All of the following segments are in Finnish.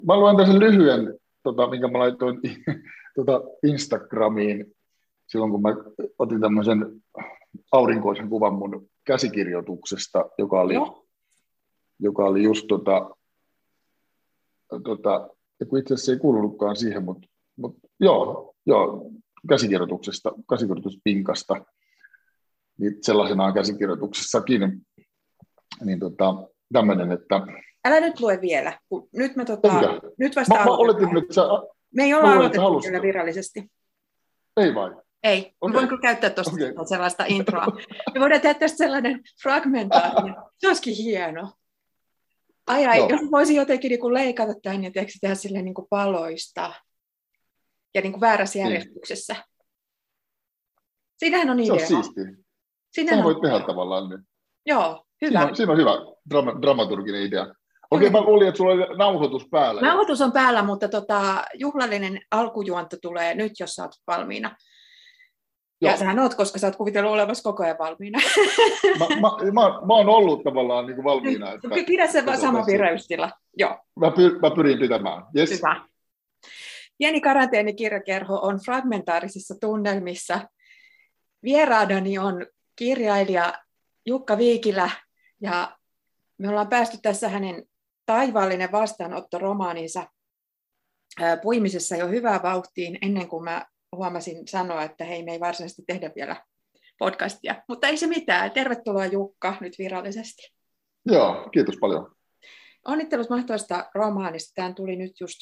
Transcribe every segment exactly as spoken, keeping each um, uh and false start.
Mä luen tässä lyhyen, tota, minkä mä laitoin tota Instagramiin silloin, kun mä otin tämmöisen aurinkoisen kuvan mun käsikirjoituksesta, joka oli, Joo. joka oli just tota, tota, kun itse asiassa ei kuulunutkaan siihen, mutta, mutta joo, joo, käsikirjoituksesta, käsikirjoituspinkasta, niin sellaisenaan käsikirjoituksessakin, niin tota, tämmöinen, että... Älä nyt lue vielä, kun nyt, mä tota, nyt vasta mä, mä oletin nyt, sä, me ei olla aloitettu kyllä virallisesti. Ei vai? Ei, okay. Mä voin kyllä käyttää tuosta okay. sellaista introa. Me voidaan tehdä tästä sellainen fragmentaarinen. Se olisikin hieno. Ai ai, no. Jos voisin jotenkin niin leikata tämän ja tehdä silleen niin paloista ja niin väärässä järjestyksessä. Niin. Siinähän on idea. Se on siistiä. Sehän voit tehdä tavallaan nyt. Joo, hyvä. Siinä on, siinä on hyvä drama, dramaturginen idea. Okei, okay, mä luulin, että sulla oli nauhoitus päällä. Nauhoitus on päällä, mutta tota, juhlallinen alkujuonto tulee nyt, jos sä oot valmiina. Ja Joo. Sähän oot, koska sä oot kuvitellut olevasi koko ajan valmiina. Mä, mä, mä, mä oon ollut tavallaan niin kuin valmiina. Että, Pidä se vaan sama vireystila. Joo. Mä, pyr, mä pyrin pitämään. Yes. Hyvä. Pieni karanteenikirjakerho on fragmentaarisissa tunnelmissa. Vieraanani on kirjailija Jukka Viikilä, ja me ollaan päästy tässä hänen taivaallinen vastaanotto-romaaninsa puimisessa jo hyvään vauhtiin, ennen kuin mä huomasin sanoa, että hei, me ei varsinaisesti tehdä vielä podcastia. Mutta ei se mitään. Tervetuloa Jukka nyt virallisesti. Joo, kiitos paljon. Onnittelut mahtavasta romaanista. Tämä tuli nyt just,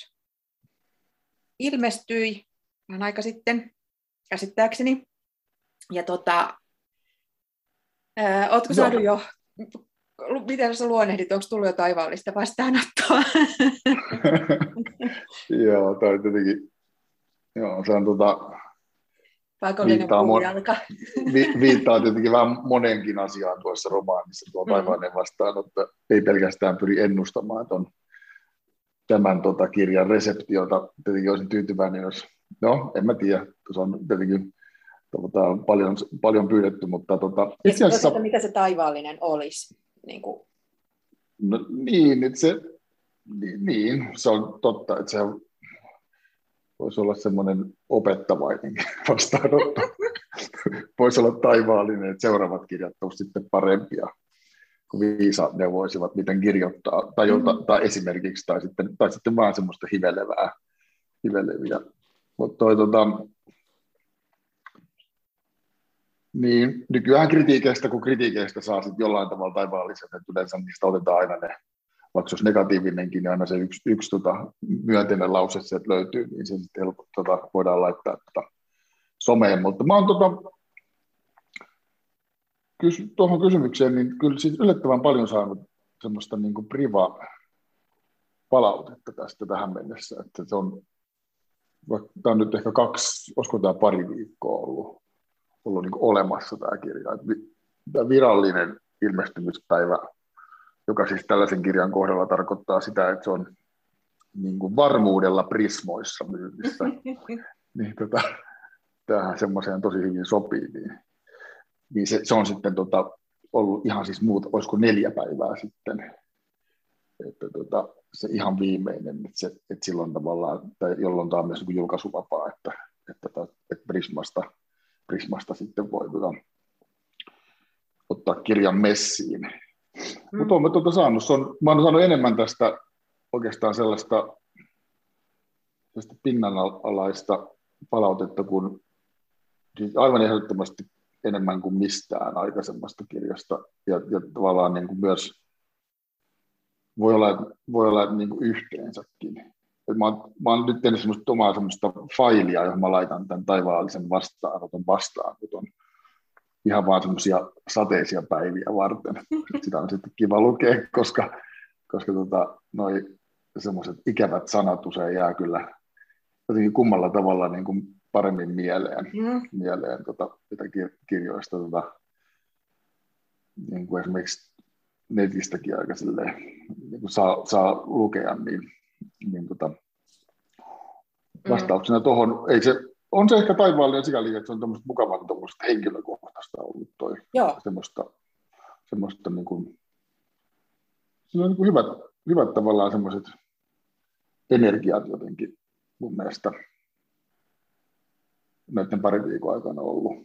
ilmestyi vähän aika sitten, käsittääkseni. Ja tota, ää, ootko saanut jo, miten sä luonnehdit, onko tullut jo taivaallista vastaanottoa? Joo, tai tietenkin, joo, se on tota, pakollinen puujalka. Vi, viittaa tietenkin vähän monenkin asiaan tuossa romaanissa, tuo taivaallinen vastaanotto. Ei pelkästään pyri ennustamaan ton, tämän tota, kirjan reseptiota. Tietenkin olisin tyytyväinen, jos, no en mä tiedä, se on tietenkin tota, paljon, paljon pyydetty, mutta tota, itse asiassa... Mitä se taivaallinen olisi? Niin, kuin... no, niin, että se, niin, niin, se on totta, että se voisi olla semmoinen opettavainen vastaanotto. Voisi olla taivaallinen, että seuraavat kirjat ovat sitten parempia, kun viisaat neuvoisivat, miten kirjoittaa, tai, jota, mm-hmm. tai esimerkiksi, tai sitten, tai sitten vaan semmoista hivelevää, hiveleviä. Mutta toi, tota, niin, nykyään kritiikeistä, kun kritiikeistä saa sitten jollain tavalla taivaallisen, että yleensä niistä otetaan aina ne, vaikka se olisi negatiivinenkin, niin aina se yksi, yksi tota, myönteinen lause sieltä löytyy, niin se sitten helpot, tota, voidaan laittaa tota, someen. Mutta mä oon tota, kysy, tuohon kysymykseen, niin kyllä siis yllättävän paljon saanut semmoista niin kuin priva-palautetta tästä tähän mennessä, että se on, tämä on nyt ehkä kaksi, olisiko tämä pari viikkoa ollut, ollut niin kuin olemassa tämä kirja. Tämä virallinen ilmestymispäivä, joka siis tällaisen kirjan kohdalla tarkoittaa sitä, että se on niin kuin varmuudella Prismoissa myynnissä, niin tota, tämähän semmoiseen tosi hyvin sopii, niin, niin se, se on sitten tota, ollut ihan siis muuta, olisiko neljä päivää sitten, että tota, se ihan viimeinen, että, se, että silloin tavallaan, tai jolloin tämä on myös niin julkaisuvapaa, että, että, että Prismasta, Prismasta sitten voi tota, ottaa kirjan messiin. Mm. Mutta olen tuota saanut, on, mä olen saanut enemmän tästä oikeastaan sellaista, sellaista pinnanalaista palautetta kuin siis aivan ehdottomasti enemmän kuin mistään aikaisemmasta kirjasta. Ja, ja tavallaan niin kuin myös voi olla, voi olla niin kuin yhteensäkin. Et mä, oon, mä oon nyt tehnyt semmoista omaa semmoista failia, johon mä laitan tämän taivaallisen vastaanoton vastaanoton. Ihan vaan semmoisia sateisia päiviä varten. Sitä on sitten kiva lukea, koska, koska tota, noi semmoiset ikävät sanat usein jää kyllä jotenkin kummalla tavalla niin kuin paremmin mieleen, mm. mieleen tota, mitä kirjoista tota, niin kuin esimerkiksi netistäkin aika silleen, niin kuin saa, saa lukea, niin, niin tota, vastauksena mm. tuohon, ei se on se ehkä taivaallinen sikäli, että se on tämmöistä mukavan tämmöistä henkilökohtaista ollut toi. Joo. Semmoista, semmoista niin kuin, se on niin kuin hyvät, hyvät tavallaan semmoiset energiat jotenkin mun mielestä näiden parin viikon aikana ollut.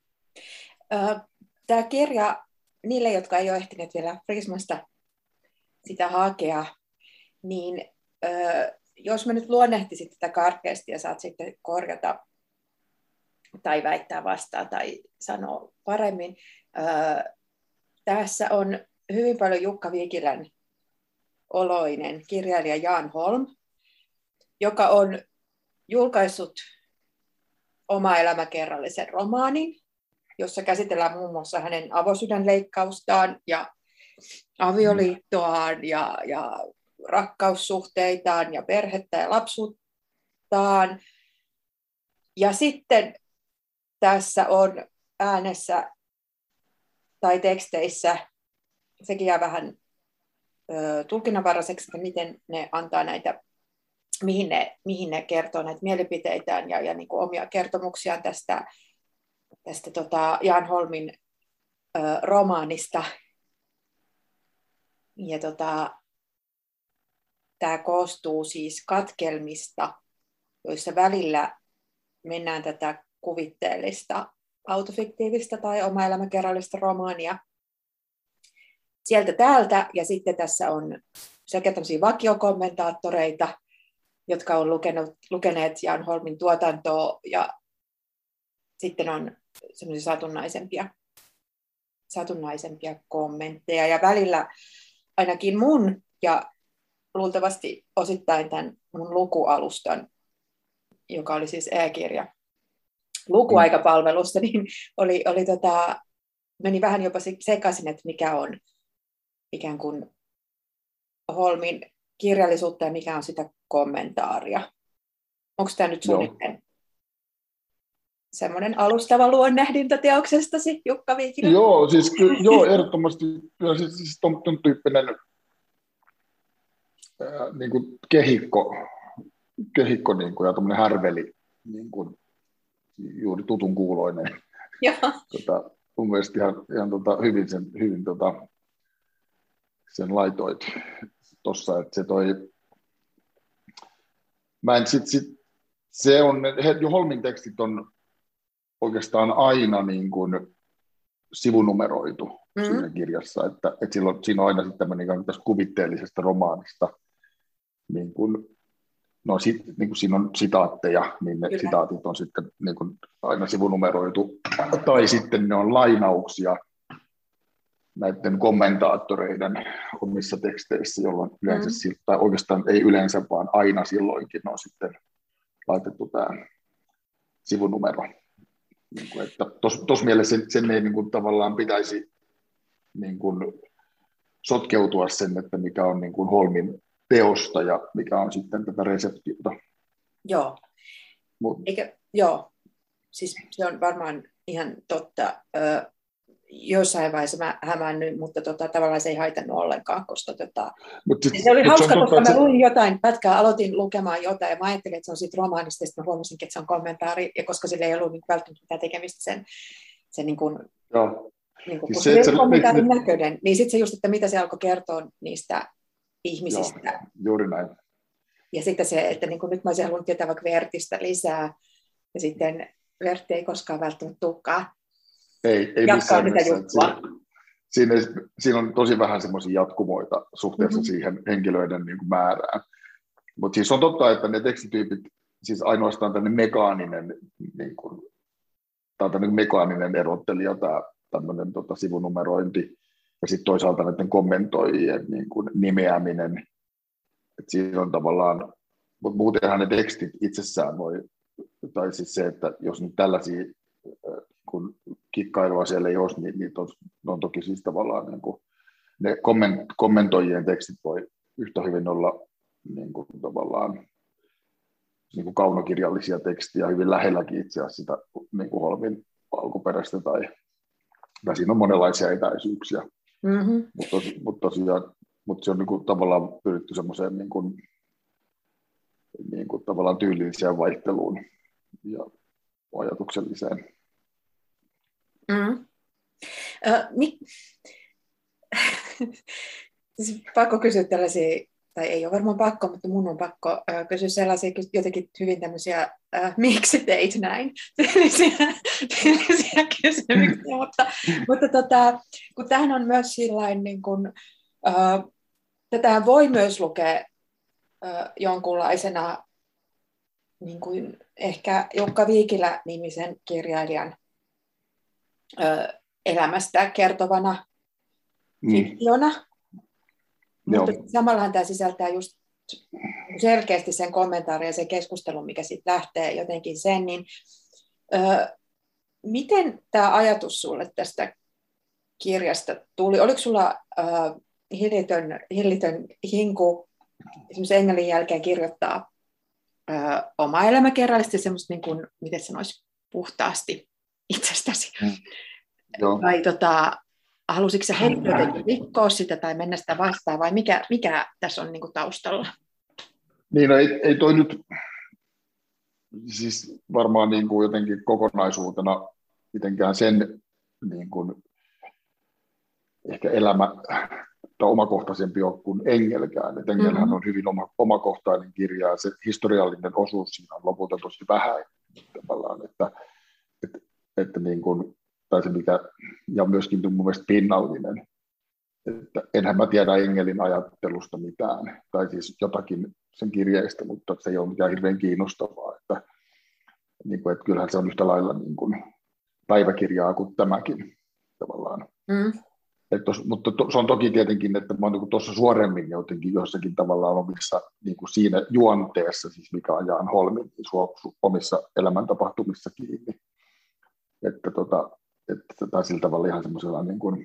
Tämä kirja, niille, jotka ei ole ehtineet vielä Prismasta sitä hakea, niin jos mä nyt luonnehtisin tätä karkeasti ja saat sitten korjata tai väittää vastaan tai sanoa paremmin, tässä on hyvin paljon Jukka Viikilän oloinen kirjailija Jan Holm, joka on julkaissut oma elämäkerrallisen romaanin, jossa käsitellään muun muassa hänen avosydänleikkaustaan ja avioliittoaan ja, ja rakkaussuhteitaan ja perhettä ja lapsuuttaan. Ja sitten tässä on äänessä tai teksteissä, sekin jää vähän ö, tulkinnanvaraiseksi, että miten ne antaa näitä, mihin ne, mihin ne kertoo näitä mielipiteitään ja, ja niin kuin omia kertomuksiaan tästä, tästä tota Jan Holmin ö, romaanista. Ja tota, tämä koostuu siis katkelmista, joissa välillä mennään tätä kuvitteellista, autofiktiivista tai oma-elämäkerrallista romaania sieltä täältä. Ja sitten tässä on sekä tämmöisiä vakiokommentaattoreita, jotka on lukenut, lukeneet Jan Holmin tuotantoa, ja sitten on semmoisia satunnaisempia, satunnaisempia kommentteja. Ja välillä ainakin mun ja luultavasti osittain tämän mun lukualustan, joka oli siis e-kirja lukuaikapalvelusta, niin oli, oli tota, meni vähän jopa sekaisin, että mikä on ikään kuin Holmin kirjallisuutta ja mikä on sitä kommentaaria. Onko tämä nyt suunnilleen semmoinen alustava luonnehdinta teoksestasi, Jukka Viikilä? Joo, siis ky- joo, ehdottomasti kyllä siis, siis ton, ton tyyppinen ää, niin kuin kehikko, kehikko niin kuin, ja tuommoinen härveli, niin kuin, juuri tutun kuuloinen. tota, mun mielestä ihan, ihan tota, hyvin, sen, hyvin tota, sen laitoit tuossa, että se toi, mä en sit, sit se on, jo Holmin tekstit on oikeastaan aina niin kuin sivunumeroitu mm-hmm. siinä kirjassa, että, että silloin, siinä on aina sitten tämmöinen ikään kuin tästä kuvitteellisesta romaanista, niin kuin, no sit, niin kuin siinä on sitaatteja, niin ne Kyllä. sitaatit on sitten niin kuin aina sivunumeroitu, tai sitten ne on lainauksia näiden kommentaattoreiden omissa teksteissä, jolloin yleensä, mm. tai oikeastaan ei yleensä, vaan aina silloinkin on sitten laitettu tämä sivunumero. Niin kuin, että tuossa mielessä sen, sen ei niin kuin, tavallaan pitäisi niin kuin, sotkeutua sen, että mikä on niin kuin Holmin teosta ja mikä on sitten tätä reseptiota. Joo. Mut. Eikä, joo, siis se on varmaan ihan totta. Ö, jossain vaiheessa mä hämäännyin, mutta tota, tavallaan se ei haitannut ollenkaan, koska tota, sit, se oli hauska, se koska totta, mä luin jotain pätkää, aloitin lukemaan jotain ja mä ajattelin, että se on siitä romaanista, ja sitten mä huomasinkin, että se on kommentaari, ja koska sillä ei ollut niin välttämättä mitään tekemistä sen, sen niin kuin, niin kuin, siis se, se, kommentaarin se, näköinen, niin sitten se just, että mitä se alkoi kertoa niistä ihmisistä. Joo, juuri näin. Ja sitten se, että niin kuin nyt mä olisin halunnut tietää vaikka Vertistä lisää, ja sitten Vertti ei koskaan välttämättä tulekaan. Ei, ei missään nimessä. Siinä, siinä on tosi vähän semmoisia jatkumoita suhteessa mm-hmm. siihen henkilöiden niin kuin määrään. Mutta siis on totta, että ne tekstityypit, siis ainoastaan tämmöinen mekaaninen, niin kuin, tai tämmöinen mekaaninen erottelija, tämä tämmöinen tota, sivunumerointi, ja sitten toisaalta näiden kommentoijien niin kuin nimeäminen. Et siinä on tavallaan, mutta muutenhan ne tekstit itsessään voi, tai siis se, että jos nyt tällaisia kun kikkailua siellä ei olisi, niin niitä on, on toki siis tavallaan niin kuin, ne komment, kommentoijien tekstit voi yhtä hyvin olla niin kuin, tavallaan niin kuin kaunokirjallisia tekstiä hyvin lähelläkin itse asiassa sitä niin kuin Holmin alkuperäistä tai, tai siinä on monenlaisia etäisyyksiä, mm-hmm. mutta, mutta tosiaan mutta se on niin kuin, tavallaan pyritty semmoiseen niin kuin, niin kuin, tavallaan tyylilliseen vaihteluun ja ajatukselliseen. Mm. Äh, mi- siis pakko kysyä tällaisia tai ei ole varmaan pakko, mutta mun on pakko äh, kysyä sellaisia jotenkin hyvin tämmöisiä, äh, miksi teit näin, tyylisiä, tyylisiä kysymyksiä, mutta, mutta tota, kun tämähän on myös sillain, niin kuin, äh, tätähän voi myös lukea äh, jonkunlaisena niin kuin ehkä Jukka Viikilä-nimisen kirjailijan äh, elämästä kertovana fiktiona. Mm. Mutta samallahan tämä sisältää just selkeästi sen kommentaarin ja sen keskustelun, mikä sitten lähtee jotenkin sen, niin ö, miten tämä ajatus sulle tästä kirjasta tuli? Oliko sulla ö, hillitön, hillitön hinku esimerkiksi Engelin jälkeen kirjoittaa ö, oma elämäkerrallisesti semmoista, niin kuin, miten sanoisi, puhtaasti itsestäsi? Mm. Vai tota, halusitko sä heti jotenkin rikkoa sitä tai mennä sitä vastaan, vai mikä, mikä tässä on niin kuin taustalla? Niin, no ei, ei toi nyt, siis varmaan niin kuin jotenkin kokonaisuutena mitenkään sen niin kuin ehkä elämä tai omakohtaisempi ole kuin Engelkään. Et Engelhän mm-hmm. on hyvin oma, omakohtainen kirja ja se historiallinen osuus siinä on lopulta tosi vähän tavallaan, että, että, että niin kuin, tai se mikä, ja myöskin mun mielestä pinnallinen, että enhän mä tiedä Engelin ajattelusta mitään, tai siis jotakin sen kirjeistä, mutta se ei ole mitään hirveän kiinnostavaa, että, niin kuin, että kyllähän se on yhtä lailla niin kuin päiväkirjaa kuin tämäkin tavallaan. Mm. Tos, mutta to, se on toki tietenkin, että mä oon niin tuossa suoremmin jotenkin jossakin tavallaan omissa niin kuin siinä juonteessa, siis mikä on Jaan Holmin niin omissa elämäntapahtumissa kiinni, että tota, että, tai sillä tavalla ihan semmoisella niin kuin,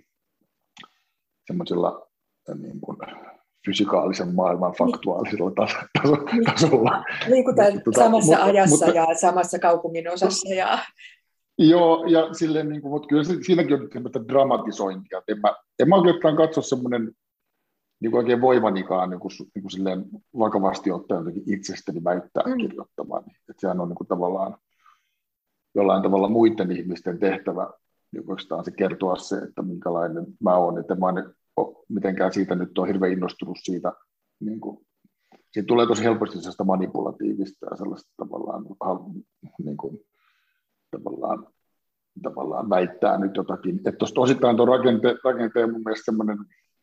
semmoisella niin kuin fysikaalisen maailman faktuaalisella tasolla. tasolla. Liikutaan tota, samassa mutta, ajassa mutta, ja samassa kaupungin osassa. Ja... Joo, ja silleen, niin kuin, mutta kyllä siinäkin on semmoista dramatisointia. En mä, en mä oikeastaan katso semmoinen niin kuin oikein voimanikaan niin kuin, niin kuin silleen vakavasti ottaen jotenkin itsestäni väittää mm. kirjoittamaan. Että sehän on niin kuin, tavallaan jollain tavalla muiden ihmisten tehtävä niin oikeastaan se kertoa se, että minkälainen mä oon. Että mä en ole mitenkään siitä nyt ole hirveän innostunut siitä. Niin kuin, siitä tulee tosi helposti sellaista manipulatiivista ja sellaista tavallaan, niin kuin, tavallaan, tavallaan väittää nyt jotakin. Että tuosta osittain tuon rakente, rakenteen mun mielestä semmoinen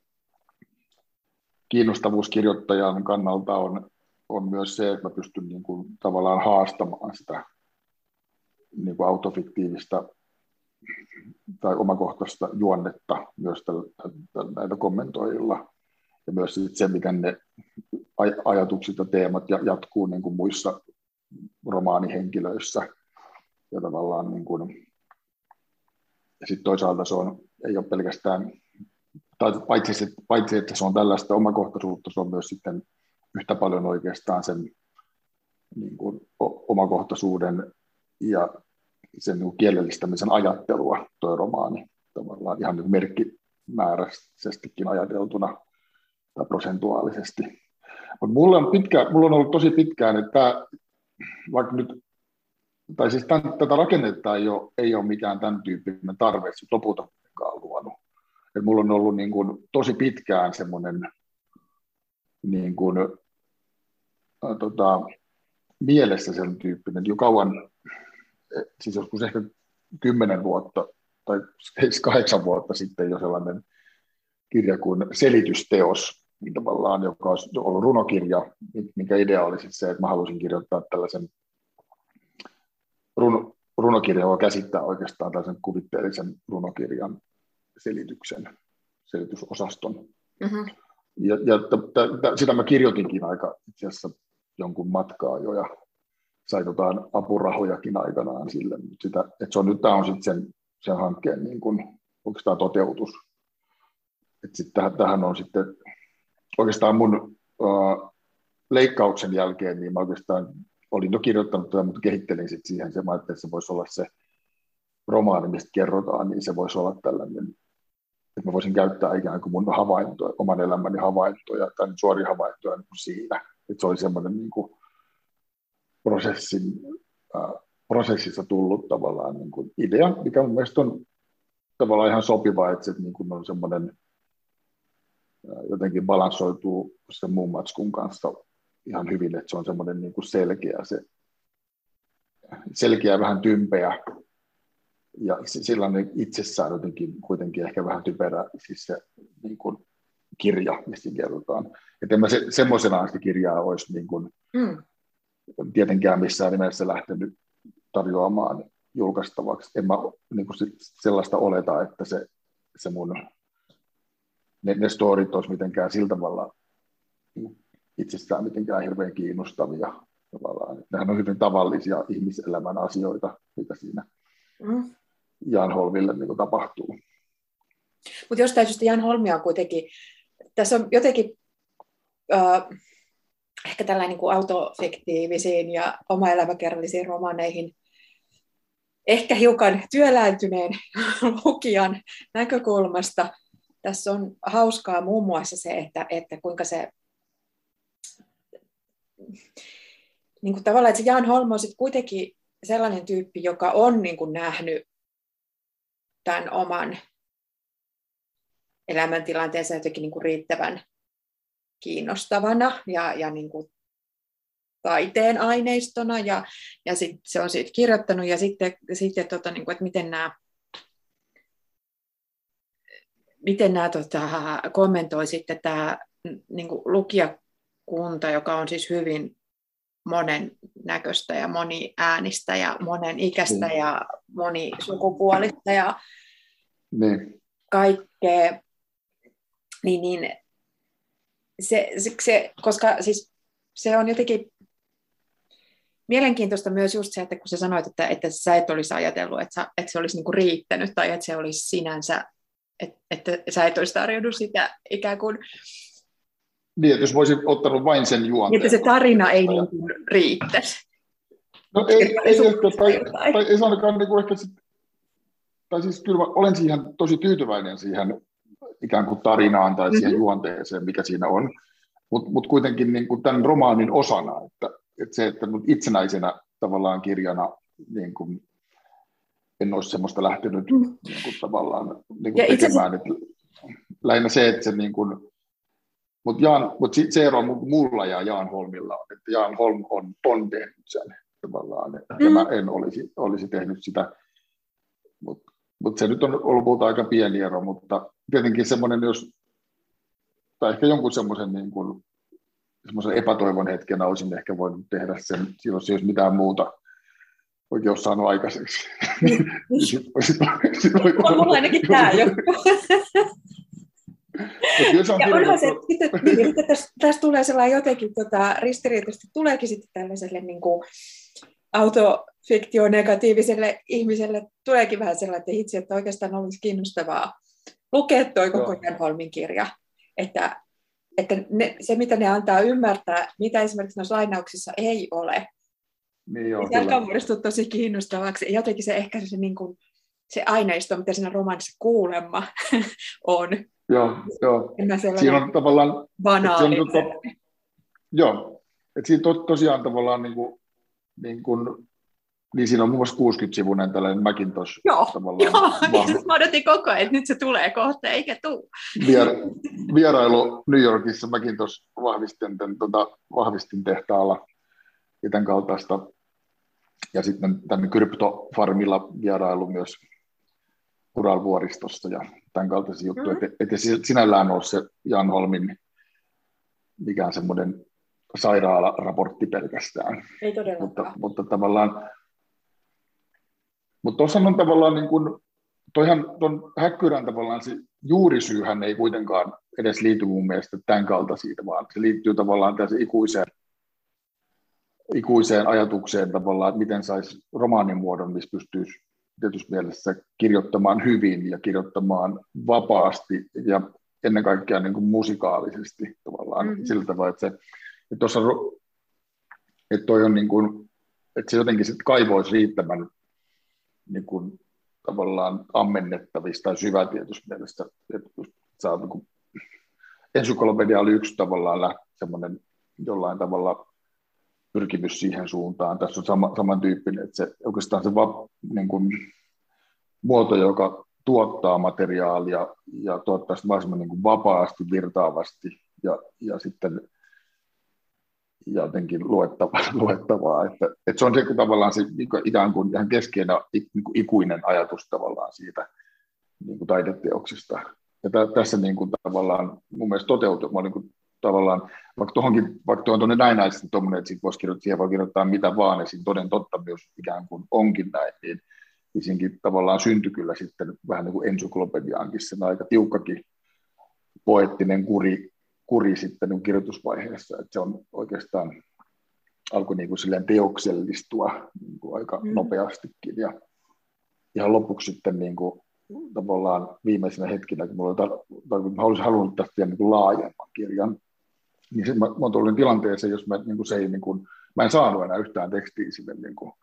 kiinnostavuus kirjoittajan kannalta on, on myös se, että mä pystyn niin kuin, tavallaan haastamaan sitä niin kuin autofiktiivistä tai omakohtaista juonnetta myös tällä, tällä, näillä kommentoijilla. Ja myös se, miten ne aj- ajatukset ja teemat jatkuu niin kuin muissa romaanihenkilöissä. Ja tavallaan niin kuin, ja sitten toisaalta se on, ei ole pelkästään, tai paitsi, paitsi että se on tällaista omakohtaisuutta, se on myös sitten yhtä paljon oikeastaan sen niin kuin, omakohtaisuuden ja sen niin kuin kielellistämisen ajattelua tuo romaani tavallaan ihan niin merkkimääräisestikin ajateltuna tai prosentuaalisesti. Mutta mulla on, pitkä, mulla on ollut tosi pitkään, että tämä, vaikka nyt, tai siis tämän, tätä rakennetta ei ole, ei ole mikään tämän tyyppinen tarve, että se lopulta on luonut. Et mulla on ollut niin kuin tosi pitkään semmoinen niin kuin, äh, tota, mielessä sen tyyppinen, jo kauan, siis joskus ehkä kymmenen vuotta tai kahdeksan vuotta sitten jo sellainen kirja kuin Selitysteos, tavallaan, joka on ollut runokirja, minkä idea oli se, että mä halusin kirjoittaa tällaisen runo, runokirjan, joka käsittää oikeastaan tällaisen kuvitteellisen runokirjan selityksen, selitysosaston. Mm-hmm. Ja, ja t- t- sitä mä kirjoitinkin aika itse asiassa jonkun matkaa jo, ja sai jotain apurahojakin aikanaan sille, mutta sitä, että se on nyt, tämä on sitten sen, sen hankkeen niin kuin, oikeastaan toteutus. Että sitten tähän, tähän on sitten oikeastaan mun uh, leikkauksen jälkeen, niin mä oikeastaan olin jo kirjoittanut tätä, mutta kehittelin sitten siihen, se, että se voisi olla se romaani, mistä kerrotaan, niin se voisi olla tällainen, että mä voisin käyttää ikään kuin mun havaintoja, oman elämäni havaintoja, tai suoria havaintoja niin kuin siinä. Että se oli semmoinen niin kuin prosessin, äh, prosessissa tullut tavallaan niin kuin idea, mikä mun mielestä on tavallaan ihan sopiva, että se niin kuin on semmoinen jotenkin balanssoituu sen muun matskun kanssa ihan hyvin, että se on semmoinen niin kuin selkeä, se, selkeä vähän tympeä ja sellainen itsessään jotenkin kuitenkin ehkä vähän typerä, siis se niin kuin kirja, mistä kerrotaan. Että en mä se, semmoisenaan sitä kirjaa olisi niin kuin, mm. tietenkään missään nimessä lähtenyt tarjoamaan julkaistavaksi. En mä niin kuin sellaista oleta, että se, se mun, ne, ne storit olisi mitenkään sillä tavalla itsestään mitenkään hirveän kiinnostavia. Tavallaan. Nehän on hyvin tavallisia ihmiselämän asioita, mitä siinä mm. Jan Holmille niin kuin tapahtuu. Mutta jostain syystä Jan Holmia on kuitenkin, tässä on jotenkin äh, ehkä tällainen niin kuin autofiktiivisiin ja omaelämäkerrallisiin romaaneihin ehkä hiukan työläytyneen lukijan näkökulmasta. Tässä on hauskaa muun muassa se, että, että kuinka se, niin kuin tavallaan, että se Jan Holm on sitten kuitenkin sellainen tyyppi, joka on niin kuin nähnyt tämän oman elämäntilanteensa jotenkin niin kuin riittävän kiinnostavana ja, ja niin kuin taiteen aineistona, ja, ja sit se on siitä kirjoittanut, ja sitten, sitten tota, niin kuin, että miten nämä, miten nämä tota, kommentoi sitten tämä niin kuin lukijakunta, joka on siis hyvin monen näköistä ja moniäänistä ja monen ikäistä mm. ja monisukupuolista ja mm. kaikkea, niin, niin se, se, se, koska siis se on jotenkin mielenkiintoista myös just se, että kun sä sanoit, että, että sä et olisi ajatellut, että, sä, että se olisi niinku riittänyt tai että se olisi sinänsä, että, että sä et olisi tarjonnut sitä ikään kuin. Niin, että jos voisin ottanut vain sen juonteen. Että se tarina ei niin kuin riittäisi. No ei, ei, ei ehkä, tai, tai ei saanakaan niin ehkä, tai siis kyllä mä olen siihen tosi tyytyväinen siihen ikään kuin tarinaan tai siihen mm-hmm. juonteeseen, mikä siinä on. Mutta mut kuitenkin niin kuin tämän romaanin osana, että, että se, että itsenäisenä tavallaan kirjana niin kuin en olisi semmoista lähtenyt mm. niin kuin tavallaan niin kuin tekemään. Että lähinnä se, että se niin kuin, mutta mut se ero mulla ja Jan Holmilla on, että Jan Holm on, on tehnyt sen tavallaan, että mm. mä en olisi, olisi tehnyt sitä, mutta mut se nyt on ollut muuta aika pieni ero, mutta tietenkin semmoinen, jos tai ehkä jonkun semmoisen niin kuin, semmoisen epätoivon hetkenä olisin ehkä voinut tehdä sen, jos ei olisi mitään muuta oikein ole saanut aikaiseksi. On mulla ainakin tämä jo. Ja onhan se, että tässä, tässä tulee sellainen jotenkin tota, ristiriitaisesti, tuleekin sitten tällaiselle niin kuin autofiktionegatiiviselle ihmiselle, tuleekin vähän sellainen, että itse, että oikeastaan olisi kiinnostavaa lukea toi koko Jan Holmin kirja. Että, että ne, se, mitä ne antaa ymmärtää, mitä esimerkiksi noissa lainauksissa ei ole, niin joo, se alkaa muodostua tosi kiinnostavaksi. Ja jotenkin se ehkä se, niin kuin, se aineisto, mitä siinä romaanissa kuulemma on. Joo, joo. Siinä on tavallaan banaali. On, to, joo, että siinä to, tosiaan tavallaan niin kuin, niin kuin, niin siinä on muun muassa kuusikymmentä-sivuinen tällainen Macintosh. Joo, joo niin mä odotin koko ajan, että nyt se tulee kohta, eikä tule. Vier, vierailu New Yorkissa Macintosh vahvistin, tota, vahvistin tehtaalla ja tämän kaltaista. Ja sitten tänne kryptofarmilla vierailu myös Uralvuoristossa ja tämän kaltaisia juttuja. Mm-hmm. Että et sinällään ole se Jan Holmin mikään semmoinen sairaalaraportti pelkästään. Ei todellakaan. Mutta, mutta tavallaan, mutta tuossa on tavallaan niin kuin, toihan tuon Häkkyrän tavallaan se juurisyyhän ei kuitenkaan edes liity mun mielestä tämän kaltaisiin, vaan se liittyy tavallaan tässä ikuiseen, ikuiseen ajatukseen tavallaan, että miten saisi romaanin muodon, missä pystyisi tietysti mielessä kirjoittamaan hyvin ja kirjoittamaan vapaasti ja ennen kaikkea niin kuin musikaalisesti tavallaan mm-hmm. sillä tavalla, että se, että tuossa, että toi on niin kuin, että se jotenkin sit kaivoisi riittävän niin kuin tavallaan ammennettavista tai syvätietystä mielestä, että saa niin kuin, ensyklopedia oli yksi tavallaan semmoinen jollain tavalla pyrkimys siihen suuntaan. Tässä on sama, samantyyppinen, että se, oikeastaan se va, niin kuin, muoto, joka tuottaa materiaalia ja tuottaa sitä mahdollisimman niin kuin vapaasti, virtaavasti ja, ja sitten jotenkin luettavaa, luettavaa. Että, että se on se tavallaan se ikään kuin ihan keskeinen niin kuin ikuinen ajatus tavallaan siitä niin kuin taideteoksista. Ja tä, tässä niin kuin tavallaan mun mielestä toteutuu, mä niin kuin tavallaan, vaikka tuohonkin, vaikka tuo on tuonne näinäisesti tuommoinen, että voisi kirjoittaa, siihen voi kirjoittaa mitä vaan, ja siinä toden totta myös ikään kuin onkin näin, niin, niin siinäkin tavallaan syntyi kyllä sitten vähän niin kuin ensyklopediaankin sen aika tiukkakin poeettinen kuri, kuri sitten niin kirjoitusvaiheessa, että se on oikeastaan alkoi niin kuin silleen teoksellistua niin kuin aika mm. nopeastikin, ja ihan lopuksi sitten niin kuin tavallaan viimeisenä hetkinä, kun mulla oli, mä olisin halunnut tästä vielä niin kuin laajemman kirjan, niin sitten mä, mä tulin tilanteeseen, jos mä, niin kuin se ei, niin kuin, mä en saanut enää yhtään tekstiä sille niin kuin,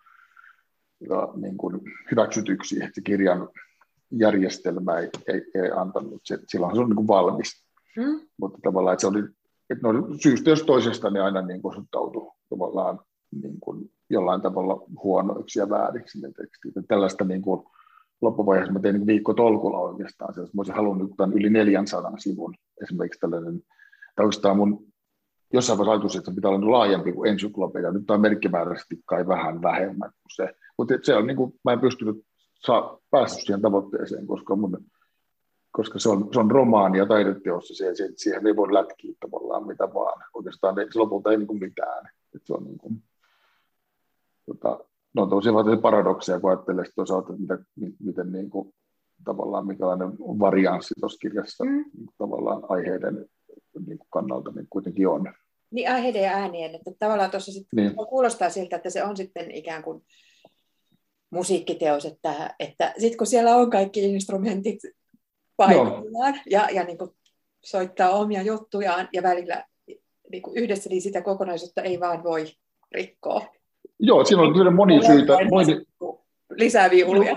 ja, niin kuin hyväksytyksi, että se kirjan järjestelmä ei, ei, ei antanut, se, silloin se on niin kuin valmis. Hmm. Mutta tavallaan, että se oli, että ne syystä jos toisesta ne aina niin kuin osoittautui tavallaan niin kuin jollain tavalla huonoiksi ja vääriksi ne tekstit. Että tällaista niin kuin loppuvaiheessa mä tein niin viikkotolkulla oikeastaan. Mä olisin halunnut tämän yli neljänsadan sivun esimerkiksi tällainen, tai oikeastaan mun jossain vaiheessa ajatus, että se pitää olla laajempi kuin ensyklopedia. Nyt on merkkimääräisesti kai vähän vähemmän kuin se. Mutta se on niin kuin, mä en pystynyt saa, päästä siihen tavoitteeseen, koska, mun, koska se, on, se on romaani ja taideteossa, se, se, siihen ei voi lätkiä tavallaan mitä vaan. Oikeastaan se lopulta ei niin kuin mitään. Et se on niin kuin, tota, no on tosiaan paradokseja, kun ajattelee toisaalta, että miten, miten niin kuin, tavallaan mikälainen varianssi tuossa kirjassa mm. niin kuin, tavallaan aiheiden niin kuin kannalta niin kuitenkin on. Niin aiheiden ja äänien, että tavallaan tuossa sitten niin. Kuulostaa siltä, että se on sitten ikään kuin musiikkiteos, että, että sitten kun siellä on kaikki instrumentit paikallaan ja, ja niin kuin soittaa omia juttujaan ja välillä niin kuin yhdessä, niin sitä kokonaisuutta ei vaan voi rikkoa. Joo, siinä on monia syitä. Moni... Lisää viuluja.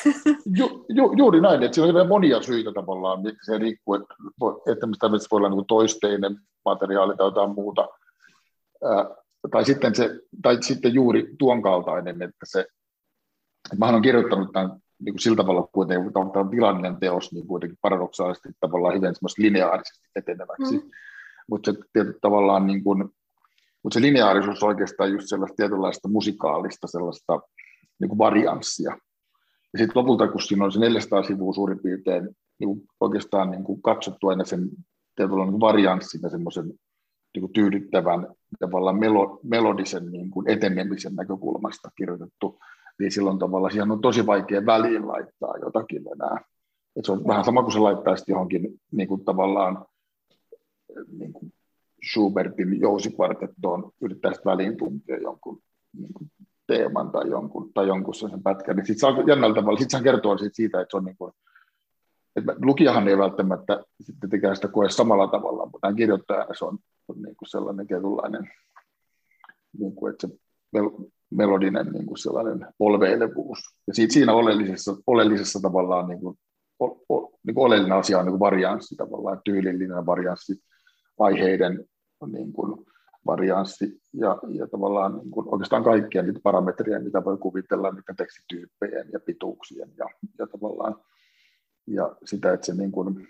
Ju, ju, juuri näin, että siinä on monia syitä tavallaan, miksi se riippuu, että, että mistä voi olla niin toisteinen materiaali tai jotain muuta. Ää, tai, sitten se, tai sitten juuri tuon kaltainen, että se, että mähän olen kirjoittanut tämän niin kuin sillä tavalla kuitenkin, että tämä tilallinen teos niin kuitenkin paradoksaalisesti tavallaan hyvin lineaarisesti eteneväksi. Mm. Mutta se tavallaan niin kuin, mutta se lineaarisuus on oikeastaan just sellaista tietynlaista musikaalista sellaista niin kuin varianssia. Ja sitten lopulta, kun siinä on se neljäsataa sivua suurin piirtein niin kuin oikeastaan niin kuin katsottu aina sen tietynlainen niin varianssin ja semmoisen niin kuin tyydyttävän tavallaan melo, melodisen niin kuin etenemisen näkökulmasta kirjoitettu, niin silloin tavallaan siihen on tosi vaikea väliin laittaa jotakin enää. Et se on vähän sama kuin se laittaa sitten johonkin niin kuin tavallaan niin kuin Schubertin jousikvartettoon yrittää sitten väliin tuntia jonkun niin kuin teeman tai jonkun, tai jonkun sen pätkän. Sitten saa jännällä tavalla, sitten kertoo siitä, että se on niin kuin, että lukijahan ei välttämättä sitten tekee sitä koe samalla tavalla, mutta tämän kirjoittajana se on, on niin kuin sellainen tietynlainen, niin kuin, että se mel, melodinen niin kuin sellainen polveilevuus. Ja siitä, siinä oleellisessa, oleellisessa tavallaan niin kuin, o, o, niin kuin oleellinen asia on niin kuin varianssi tavallaan, tyylillinen varianssi, aiheiden niin kuin varianssi ja, ja tavallaan niin kuin oikeastaan kaikkia niitä parametreja, mitä voi kuvitella, niiden tekstityyppejä ja pituuksien ja, ja tavallaan ja sitä, että se niin kuin,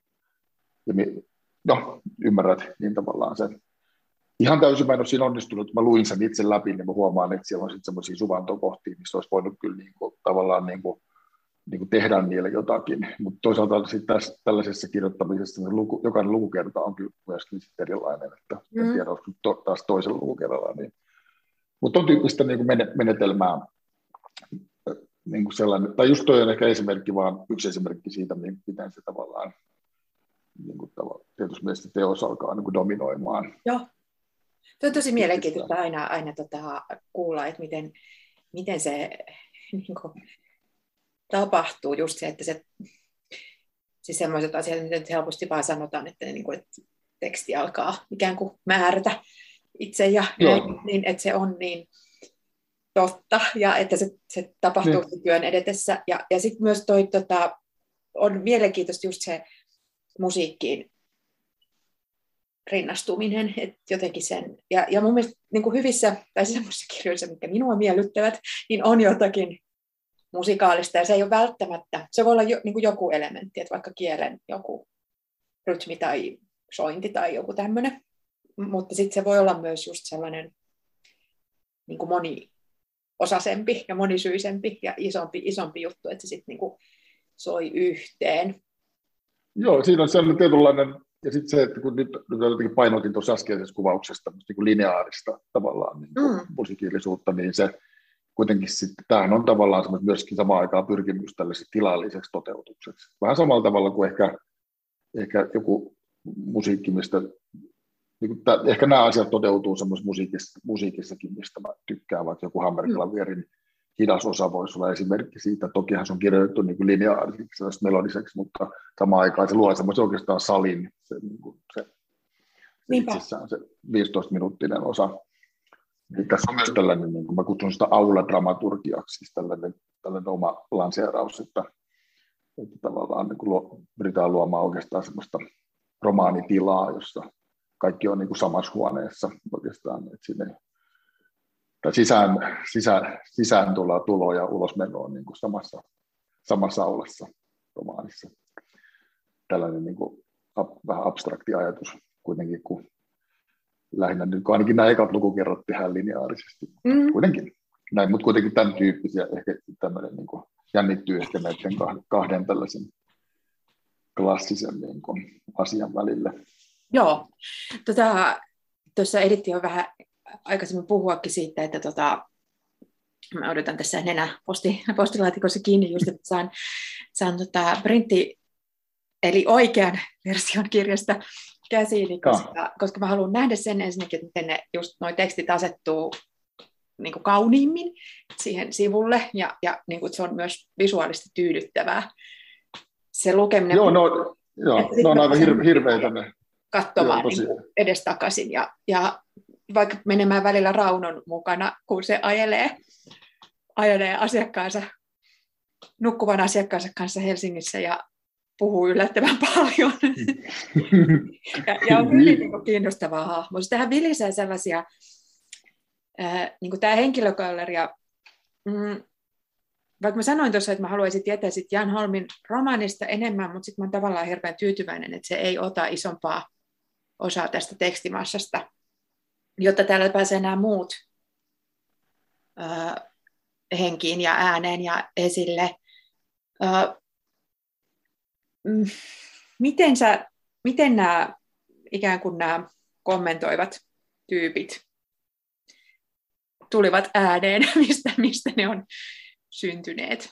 ja mi, no, ymmärrät, niin tavallaan se ihan täysin mä en ole siinä onnistunut, mä luin sen itse läpi, niin mä huomaan, että siellä on sitten semmoisia suvantokohtia, missä olisi voinut kyllä niin kuin, tavallaan niin kuin, niin kuin tehdä niille jotakin, mutta toisaalta sitten tässä, tällaisessa kirjoittamisessa luku, jokainen lukukerta on kyllä myöskin erilainen, että mm. en tiedä, olisiko to, taas toisella lukukerralla. Niin. Mutta on tyyppistä niin kuin menetelmää, niin kuin sellainen, tai just toi on ehkä esimerkki, vaan yksi esimerkki siitä, miten se tavallaan niin kuin tavallaan, tietysti mielestä teos alkaa niin kuin dominoimaan. Joo, se on tosi mielenkiintoista aina, aina tota, kuulla, että miten, miten se niin kuin tapahtuu just se, että se, siis sellaiset asiat, mitä nyt helposti vaan sanotaan, että, niin kuin, että teksti alkaa ikään kuin määrätä itse ja niin, että se on niin totta ja että se, se tapahtuu niin työn edetessä. Ja, ja sitten myös toi, tota, on mielenkiintoista just se musiikkiin rinnastuminen, että jotenkin sen, ja, ja mun mielestä niin kuin hyvissä, tai semmoisissa kirjoissa, mitkä minua miellyttävät, niin on jotakin musikaalista, ja se ei ole välttämättä, se voi olla jo, niin kuin joku elementti, että vaikka kielen joku rytmi tai sointi tai joku tämmöinen, mutta sitten se voi olla myös just sellainen niin kuin moniosaisempi ja monisyisempi ja isompi, isompi juttu, että se sitten niin kuin soi yhteen. Joo, siinä on sellainen tietynlainen, ja sitten se, että kun nyt, nyt jotenkin painotin tuossa äskeisessä kuvauksessa niin kuin lineaarista tavallaan niin kuin mm. musiikillisuutta, niin se kuitenkin sitten, tämähän on tavallaan myöskin samaan aikaan pyrkimys tällaiseksi tilalliseksi toteutukseksi. Vähän samalla tavalla kuin ehkä, ehkä joku musiikki, mistä, niin kuin tämä, ehkä nämä asiat toteutuu semmoisessa musiikissa, musiikissakin, mistä mä tykkään, vaikka joku hammerklavierin hidas osa voisi olla esimerkki siitä. Tokihan se on kirjoitettu niin kuin lineaariseksi, melodiseksi, mutta samaan aikaan se luo semmoisen oikeastaan salin, se, niin kuin se, se itsessään se viisitoista-minuuttinen osa. Niin tässä on myös tällainen, niin kuin mä kutsun sitä aula-dramaturgiaksi, siis tällainen, tällainen oma lanseeraus, että, että tavallaan niin kuin luo, pyritään luomaan oikeastaan semmoista romaanitilaa, jossa kaikki on niin kuin samassa huoneessa oikeastaan, että sinne tai sisään, sisään, sisään tulo, tulo ja ulosmeno on niin kuin samassa, samassa aulassa romaanissa. Tällainen niin kuin ab, vähän abstrakti ajatus kuitenkin, kun lähinnä nyt, kun ainakin nämä ekat lukukerrot tehdään lineaarisesti. Mm. Kuitenkin näin, mutta kuitenkin tämän tyyppisiä, ehkä tämmöinen niin kuin jännittyy ehkä näiden kahden, kahden tällaisen klassisen niin kuin asian välille. Joo, tuossa tota, edittiin jo vähän aikaisemmin puhuakin siitä, että tota, mä odotan tässä nenä posti, postilaatikossa kiinni just, että saan, saan tota printti, eli oikean version kirjasta käsiini, koska, koska mä haluan nähdä sen ensinnäkin, että miten ne just noi tekstit asettuu niin kuin kauniimmin siihen sivulle, ja, ja niin kuin se on myös visuaalisesti tyydyttävää. Se lukeminen... Joo, no, joo, no on aivan hir- hirveitä ne. Katsomaan joo, niin edestakaisin, ja, ja vaikka menemään välillä Raunon mukana, kun se ajelee, ajelee asiakkaansa, nukkuvan asiakkaansa kanssa Helsingissä ja puhuu yllättävän paljon. ja, ja on hyvin niin kiinnostavaa hahmo. Tähän vilisee sellaisia, ää, niin kuin tämä henkilögalleria, mm, vaikka mä sanoin tuossa, että mä haluaisin tietää sit Jan Holmin romaanista enemmän, mutta sitten mä oon tavallaan hirveän tyytyväinen, että se ei ota isompaa osaa tästä tekstimassasta, jotta täällä pääsee nämä muut ää, henkiin ja ääneen ja esille. Ää, miten, sä, miten nämä ikään kuin nämä kommentoivat tyypit tulivat ääneen, mistä, mistä ne on syntyneet?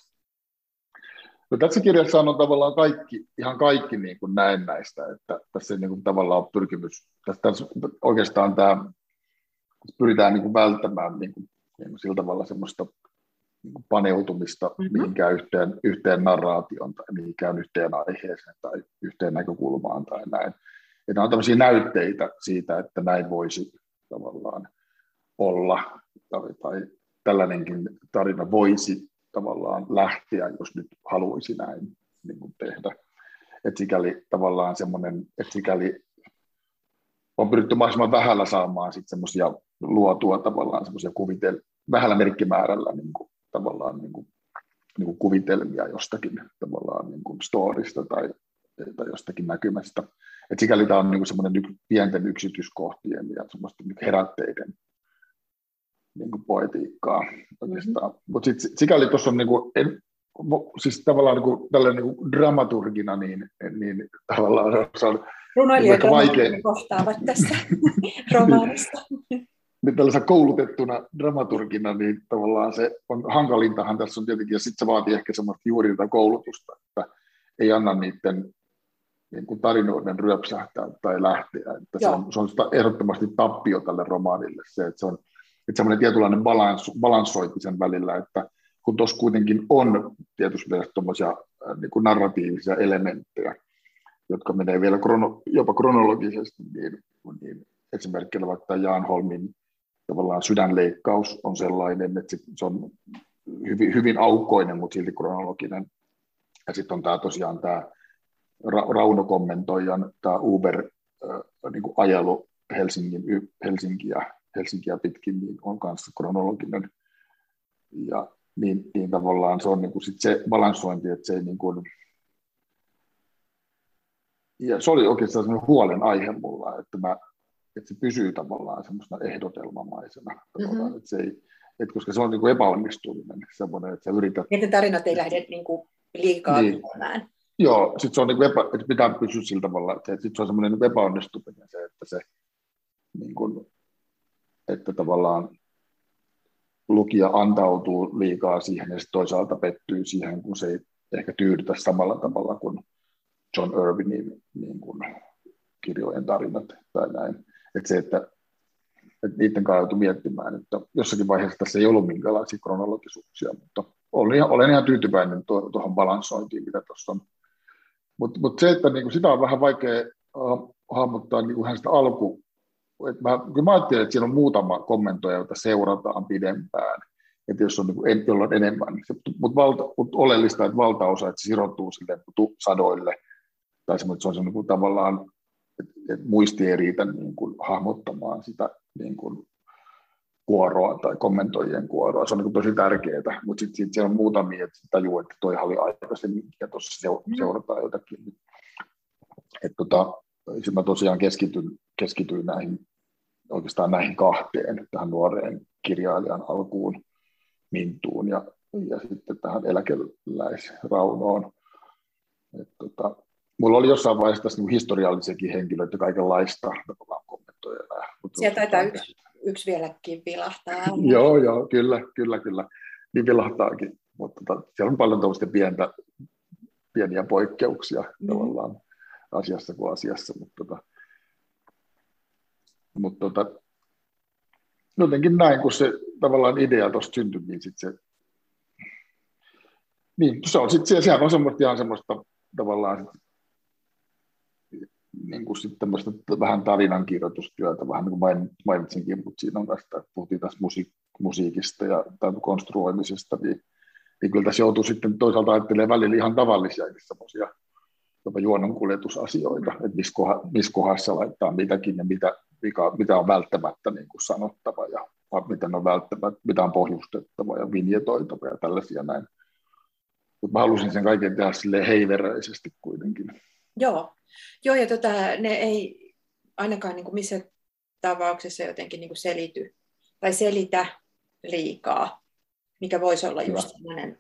No, tässä kirjassa on tavallaan kaikki, ihan kaikki niin kuin näennäistä, että tässä niin kuin tavallaan on pyrkimys, tässä, tässä oikeastaan tämä pyritään niin kuin välttämään niin kuin, niin kuin sillä tavalla semmoista niin kuin paneutumista mm-hmm. mihinkään yhteen, yhteen narraatioon tai mihinkään yhteen aiheeseen tai yhteen näkökulmaan tai näin. Ja nämä on tämmöisiä näytteitä siitä, että näin voisi tavallaan olla tai, tai tällainenkin tarina voisi tavallaan lähteä, jos nyt haluaisi näin niin kuin tehdä. Että sikäli tavallaan semmoinen, että sikäli on pyritty mahdollisimman vähällä saamaan sitten semmoisia luotua tavallaan semmoisia kuvitel, vähällä merkkimäärällä niin kuin, tavallaan niin kuin, niin kuin kuvitelmia jostakin tavallaan niin kuin storista tai, tai jostakin näkymästä. Että sikäli tämä on niin kuin semmoinen yk, pienten yksityiskohtien ja semmoisten niin herätteiden niin kuin poetiikkaa oikeastaan. Mm-hmm. Mutta sitten sikäli tuossa on, niin kuin, en, siis tavallaan niin kuin, tällainen niin kuin dramaturgina, niin, niin tavallaan se on runoilijoita vaikein kohtaavat tässä romaanissa. Niin tällaisena koulutettuna dramaturgina, niin tavallaan se on hankalintahan tässä on tietenkin, ja sitten se vaatii ehkä semmoista juuri tätä koulutusta, että ei anna niiden niin kuin tarinoiden ryöpsähtää tai lähteä. Että se, on, se on ehdottomasti tappio tälle romaanille, se, että se on että semmoinen tietynlainen balans, balanssointi sen välillä, että kun tuossa kuitenkin on tietysti tuommoisia niin kuin narratiivisia elementtejä, jotka menee vielä krono, jopa kronologisesti, niin, niin esimerkkinä vaikka Jan Holmin tavallaan sydänleikkaus on sellainen, että se on hyvin, hyvin aukkoinen, mutta silti kronologinen. Ja sitten on tämä tosiaan tämä Rauno kommentoijan tämä Uber-ajelu niin Helsingin, Helsinkiä, Helsinkiä pitkin, niin on kanssa kronologinen. Ja, niin, niin tavallaan se on niin kuin sit se balanssointi, että se ei niin kuin, ja se oli oikeastaan sellainen huolenaihe mulla, että, mä, että se pysyy tavallaan semmoisena ehdotelmamaisena, mm-hmm. että se ei, että koska se on niin kuin epäonnistuminen, semmoinen, että sä yrität... Että tarinat ei lähde niin kuin liikaa tekemään. Joo, sitten se on niin kuin epä, että pitää pysyä sillä tavalla, että sitten se on semmoinen niin epäonnistuminen se, että se niin kuin, että tavallaan lukija antautuu liikaa siihen ja sitten toisaalta pettyy siihen, kun se ei ehkä tyydytä samalla tavalla kuin John Irvingin niin kuin kirjojen tarinat tai näin. Että se, että, että niiden kanssa joutui miettimään, että jossakin vaiheessa tässä ei ollut minkälaisia kronologisuuksia, mutta olen, olen ihan tyytyväinen tuohon tuo, balanssointiin, mitä tuossa on. Mutta mut se, että niin kuin sitä on vähän vaikea hahmottaa niin kuin hän sitä alku. Että mä, kyllä mä ajattelin, että siinä on muutama kommentoija, jota seurataan pidempään, että jos on niin kuin, jolla on enemmän. Mutta mut oleellista, että valtaosa, että se siroittuu sille sadoille, tai se, se on se niin kuin, tavallaan, että, että muisti ei riitä niin kuin, hahmottamaan sitä niin kuin, kuoroa tai kommentoijien kuoroa. Se on niin kuin, tosi tärkeää, mutta sitten sit siellä on muutamia, että tajuu, että toi oli aikaisemmin, ja tuossa seurataan jotakin. Että tota, sitten mä tosiaan keskityin, keskityin näihin, oikeastaan näihin kahteen, tähän nuoreen kirjailijan alkuun, Mintuun ja, ja sitten tähän eläkeläisraunoon. Et tota, mulla oli jossain vaiheessa tässä niin historiallisiakin henkilöitä kaikenlaista kommentoijana. Sieltä taitaa yksi, yksi vieläkin vilahtaa. Joo, joo, kyllä, kyllä, kyllä. Niin vilahtaakin, mutta tota, siellä on paljon tuollaista pientä, pieniä poikkeuksia mm. tavallaan asiassa kuin asiassa, mutta tota, mutta tota, jotenkin näin, kun se tavallaan idea tuosta syntyi, niin sitten se, niin se on sitten, sehän on semmoista ihan semmoista tavallaan niin kuin sitten tämmöistä vähän tarinankirjoitustyötä, vähän niin kuin mainitsinkin, mutta siinä on tästä, puhuttiin tästä musiik- musiikista ja tai konstruoimisesta, niin, niin kyllä tässä joutuu sitten toisaalta ajattelemaan välillä ihan tavallisiakin semmoisia jopa juononkuljetusasioita, että missä, kohdassa, missä kohdassa laittaa mitäkin ja mitä, mitä on välttämättä niin kuin sanottava ja mitä on välttämättä, mitä on pohjustettava ja vinjetoitava ja tällaisia näin. Mutta mä halusin sen kaiken tehdä silleen heiveräisesti kuitenkin. Joo, Joo ja tota, ne ei ainakaan niin kuin missä tapauksessa jotenkin niin kuin selity tai selitä liikaa, mikä voisi olla just sellainen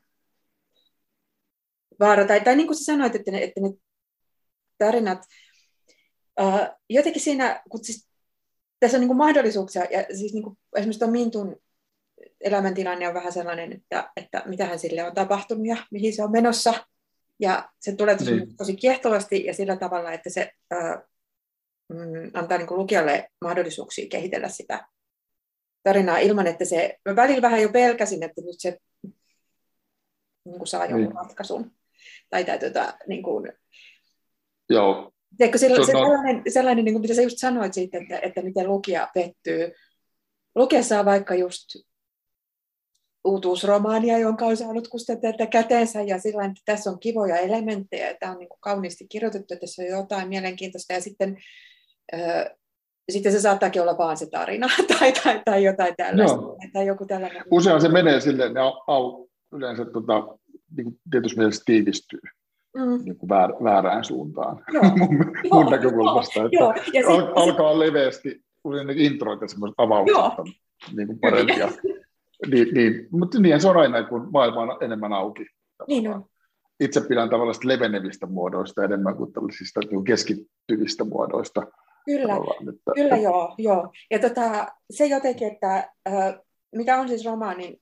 vaara. Tai, tai niin kuin sä sanoit, että ne, että ne tarinat, uh, jotenkin siinä, kun siis, tässä on niin kuin mahdollisuuksia, ja siis niin kuin esimerkiksi tuon Mintun elämäntilanne on vähän sellainen, että, että mitähän sille on tapahtunut ja mihin se on menossa. Ja se tulee tosi, niin. tosi kiehtovasti ja sillä tavalla, että se uh, mm, antaa niin kuin lukijalle mahdollisuuksia kehitellä sitä tarinaa ilman, että se, mä välillä vähän jo pelkäsin, että nyt se niin kuin saa jonkun niin. ratkaisun. Tai, tai tota, niin kuin, Joo. Teekö se, se sellainen, sellainen niin kuin mitä sä just sanoit siitä, että, että miten lukija pettyy. Lukija saa vaikka just uutuusromaania, jonka on saanut kustantajalta käteensä, ja sillä että tässä on kivoja elementtejä, ja tämä on niin kuin kauniisti kirjoitettu, että tässä on jotain mielenkiintoista, ja sitten, äh, sitten se saattaakin olla vaan se tarina, tai, tai, tai jotain tällaista. No. Tai joku tällainen. Usein se menee silleen, ne au, yleensä tota, niin kuin tietysti mielessä tiivistyy. Mm. Niin kuin väär, väärään suuntaan mun, mun näkökulmasta, että joo, al, sit, alkaa leveästi, usein ne introita semmoiset avaukset on niin kuin parempia. niin, niin, mutta niin se on aina, kun maailma on enemmän auki. Niin on. Itse pidän tavallaan levenevistä muodoista enemmän kuin tällaisista niin keskittyvistä muodoista. Kyllä, että, kyllä että, joo, joo. Ja tota, se jotenkin, että äh, mikä on siis romaanin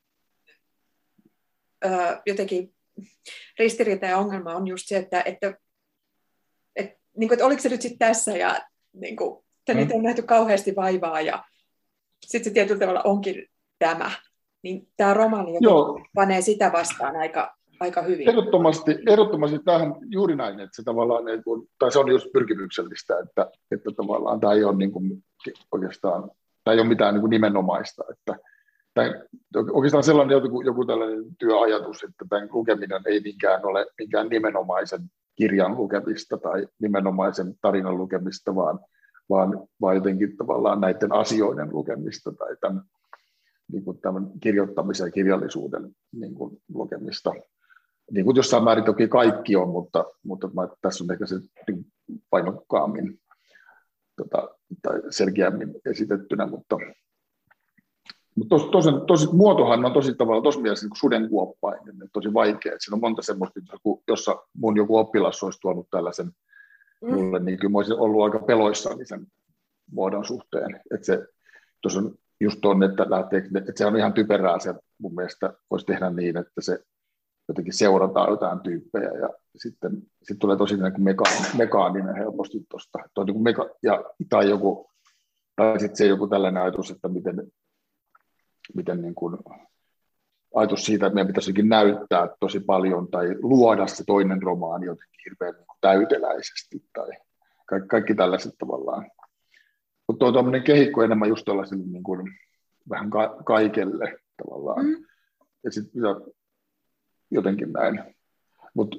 äh, jotenkin ristiriita ja ongelma on just se, että, että, että, niin kuin, että oliko se nyt sitten tässä ja niin kuin, että mm. on nähty kauheasti vaivaa ja sitten se tietyllä tavalla onkin tämä. Niin tämä romaani panee sitä vastaan aika, aika hyvin. Ehdottomasti, ehdottomasti tämähän juuri näin, että se tavallaan, niin kuin, tai se on just pyrkimyksellistä, että, että tavallaan tämä ei ole niin kuin, oikeastaan, tämä ei ole mitään niin kuin nimenomaista, että tai oikeastaan sellainen joku, joku tällainen työajatus, että tämän lukeminen ei niinkään ole minkään nimenomaisen kirjan lukemista tai nimenomaisen tarinan lukemista, vaan, vaan, vaan jotenkin tavallaan näiden asioiden lukemista tai tämän, niin kuin tämän kirjoittamisen ja kirjallisuuden niin kuin lukemista. Niin kuin jossain määrin toki kaikki on, mutta, mutta mä, tässä on ehkä se niin painokkaammin tota, tai selkeämmin esitettynä, mutta, mutta tos, tosi, tosi, muotohan on tosi tavalla tuossa mielessä niin sudenkuoppainen, tosi vaikea. Siinä on monta semmoista, jossa mun joku oppilas olisi tuonut tällaisen mm. mulle, niin kyllä mä olisin ollut aika peloissani sen muodon suhteen. Että se tuossa on just on, että, lähtee, että se on ihan typerää, se mun mielestä voisi tehdä niin, että se jotenkin seurataan jotain tyyppejä ja sitten sit tulee tosi niin kuin meka- mekaaninen helposti tuosta. Niin meka- ja, tai joku, tai sitten se joku tällainen ajatus, että miten, miten niin kuin, ajatus siitä, että meidän pitäisi näyttää tosi paljon tai luoda se toinen romaani jotenkin hirveän niin kuin täyteläisesti tai kaikki, kaikki tällaiset tavallaan. Mutta tuo tuommoinen kehikko enemmän just tällaiselle niin kuin vähän ka- kaikelle tavallaan. Mm. Ja sitten jotenkin näin. Mutta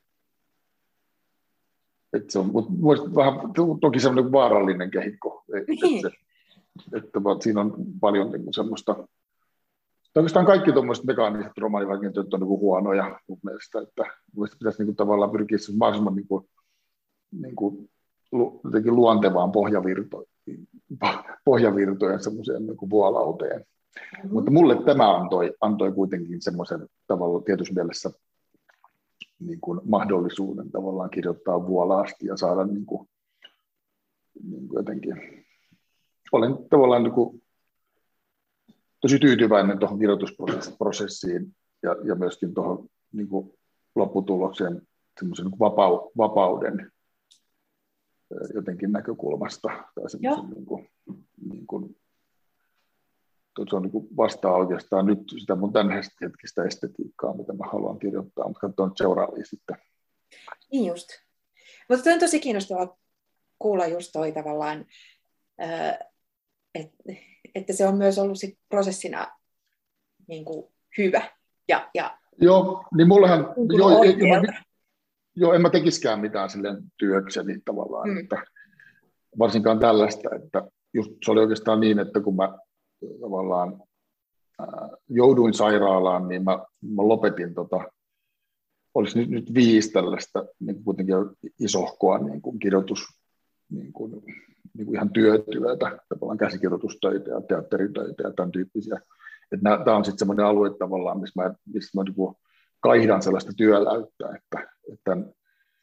se on mut vähän toki semmoinen vaarallinen kehikko. Että et, et, et, siinä on paljon niin semmoista. Oikeastaan kaikki tuommoiset mekaaniset romaanivakintoja on niin huonoja mun mielestä. Että mun mielestä pitäisi niin tavallaan pyrkiä mahdollisimman niin kuin, niin kuin, jotenkin luontevaan pohjavirtoon. pohjavirtojen semmoiseen niin vuolauteen. Mm-hmm. Mutta mulle tämä antoi, antoi kuitenkin semmoisen tavallaan tietyssä mielessä niin kuin mahdollisuuden tavallaan kirjoittaa vuolaasti ja saada niin kuin, niin kuin jotenkin. Olen tavallaan niin kuin tosi tyytyväinen tuohon kirjoitusprosessiin ja, ja myöskin tuohon niin kuin lopputulokseen semmoisen niin kuin vapau, vapauden jotenkin näkökulmasta tai semmoisen niin kuin, niin kuin, se on niin kuin vastaa oikeastaan nyt sitä mun tämän hetkistä estetiikkaa, mitä mä haluan kirjoittaa, mutta katsotaan seuraavia sitten. Niin just. Mutta on tosi kiinnostavaa kuulla just toi tavallaan, että se on myös ollut sit prosessina niin kuin hyvä. Ja, ja joo, niin mullehan, joo, en, mä, joo, en mä tekisikään mitään silleen työkseni tavallaan, mm. että varsinkaan tällaista, että just se oli oikeastaan niin, että kun mä tavallaan ää, jouduin sairaalaan, niin mä, mä lopetin, tota, olisi nyt, nyt viisi tällaista niin kuin kuitenkin isohkoa niin kuin kirjoitus, niin kuin, niin kuin ihan työtyötä, tavallaan käsikirjoitustöitä ja teatteritöitä ja tämän tyyppisiä. Tämä on sitten semmoinen alue tavallaan, missä mä, missä mä niin kuin kaihdan sellaista työläyttä, että, että tämän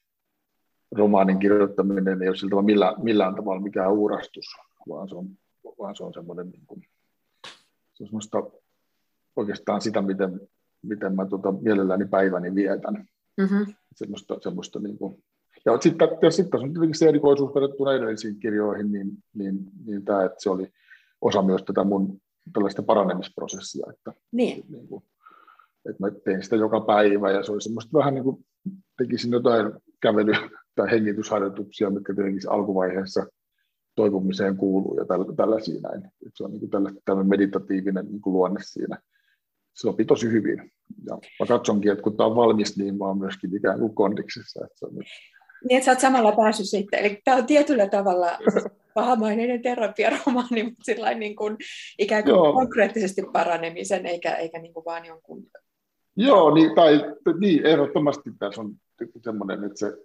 romaanin kirjoittaminen ei ole sillä tavalla millään, millään tavalla mikään uurastus, vaan se on, vaan se on semmoinen niin kuin, se on semmoista oikeastaan sitä, miten, miten mä tuota mielelläni päiväni vietän. Mm-hmm. Semmoista, semmoista niin kuin. Ja sitten sit tässä on tietenkin se erikoisuus verrattuna edellisiin kirjoihin, niin, niin, niin tämä, että se oli osa myös tätä mun tällaista paranemisprosessia, että, niin. Että, niin kuin, että mä tein sitä joka päivä ja se oli semmoista vähän niin kuin tekisin jotain kävely- tai hengitysharjoituksia, mitkä tietenkin alkuvaiheessa toipumiseen kuuluu ja tällä, tällaisia näin. Että se on niin kuin tällainen meditatiivinen niin kuin luonne siinä. Se sopii tosi hyvin. Ja mä katsonkin, että kun tämä on valmis, niin mä oon myöskin ikään kuin kondiksessa. Että se on nyt... Niin, että sä oot samalla päässyt sitten. Eli tämä on tietyllä tavalla pahamaineinen terapiaromaani, mutta sillain niin kuin ikään kuin Joo. konkreettisesti paranemisen, eikä, eikä niin kuin vaan jonkun... Joo, niin, tai niin, ehdottomasti tässä on semmoinen, että se...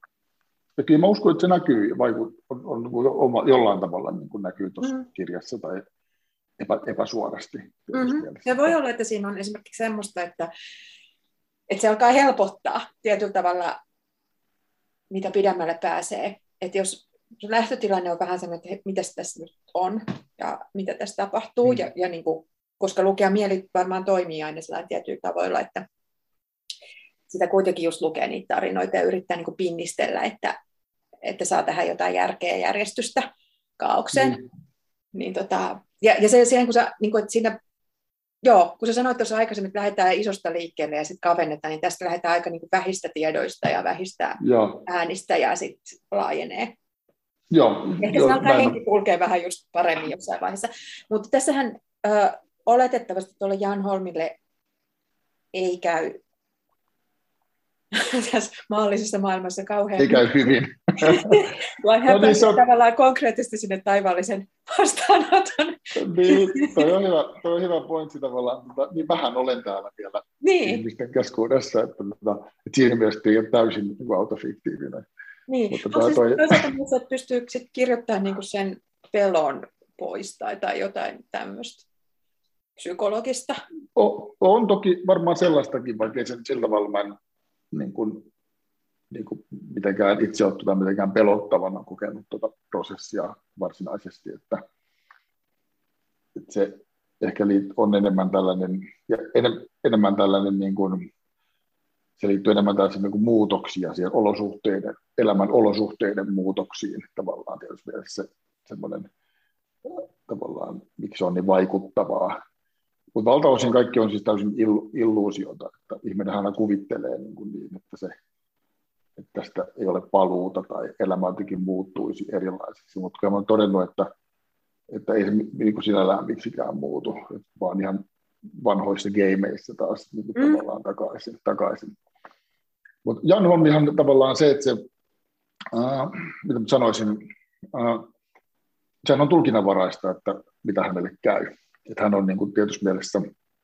Ja kyllä mä uskon, että se näkyy, vaikut, on, on, on jollain tavalla niin kuin näkyy tuossa mm. kirjassa tai epä, epäsuorasti. Mm-hmm. Ja voi olla, että siinä on esimerkiksi semmoista, että, että se alkaa helpottaa tietyllä tavalla, mitä pidemmälle pääsee. Että jos lähtötilanne on vähän semmoinen, että mitä tässä nyt on ja mitä tässä tapahtuu, mm. ja, ja niin kuin, koska lukea mieli varmaan toimii aina sellainen tietyillä tavoilla, että sitä kuitenkin just lukee niitä tarinoita ja yrittää niin kuin pinnistellä, että, että saa tähän jotain järkeä ja järjestystä kaaukseen. Mm. Niin tota, ja, ja se, siihen, kun sä, niin kuin, että siinä, joo, kun sä sanoit tuossa aikaisemmin, että lähdetään isosta liikkeelle ja sitten kavennetaan, niin tästä lähdetään aika niin kuin vähistä tiedoista ja vähistä joo. äänistä ja sitten laajenee. Joo, Ehkä se alkaa henki kulkee vähän just paremmin jossain vaiheessa. Mutta tässähän ö, oletettavasti tuolle Jan Holmille ei käy tässä maallisessa maailmassa kauhean. Ei käy hyvin. Vai hän No niin, se on- tavallaan konkreettisesti sinne taivaallisen vastaanoton. Niin, toi on hyvä, toi on hyvä pointti tavallaan, mutta niin vähän olen täällä vielä Niin, ihmisten keskuudessa, että, että, että siinä mielessä ei ole täysin niin kuin autofiktiivinen. niin. Mutta Onko toi- siis toi- toisaalta myös, että pystyykö sit kirjoittamaan niinku sen pelon pois tai, tai jotain tämmöistä psykologista? On, on toki varmaan sellaistakin, vaikka ei se sillä tavalla mä en niin kuin, niin kuin mitenkään itse ole tuota mitenkään pelottavana kokenut tuota prosessia varsinaisesti, että, että se ehkä liit- on enemmän tällainen, ja enem, enemmän tällainen niin kuin, se liittyy enemmän tällaisiin niin kuin muutoksia siihen olosuhteiden, elämän olosuhteiden muutoksiin tavallaan tietysti mielessä se semmoinen tavallaan, miksi se on niin vaikuttavaa. Mutta valtaosin kaikki on siis täysin illu- illuusiota, että ihminen aina kuvittelee niin, kuin niin että, se, että tästä ei ole paluuta tai elämä jotenkin muuttuisi erilaiseksi, mutta kyllä olen todennut, että, että ei se niin kuin sinällään miksikään muutu, vaan ihan vanhoissa gameissa taas niin kuin mm. tavallaan takaisin. takaisin. Mutta Jan Holmihan tavallaan se, että se, äh, mitä sanoisin, äh, sehän on tulkinnanvaraista, että mitä hänelle käy. Että hän on niin kuin tietysti mielessä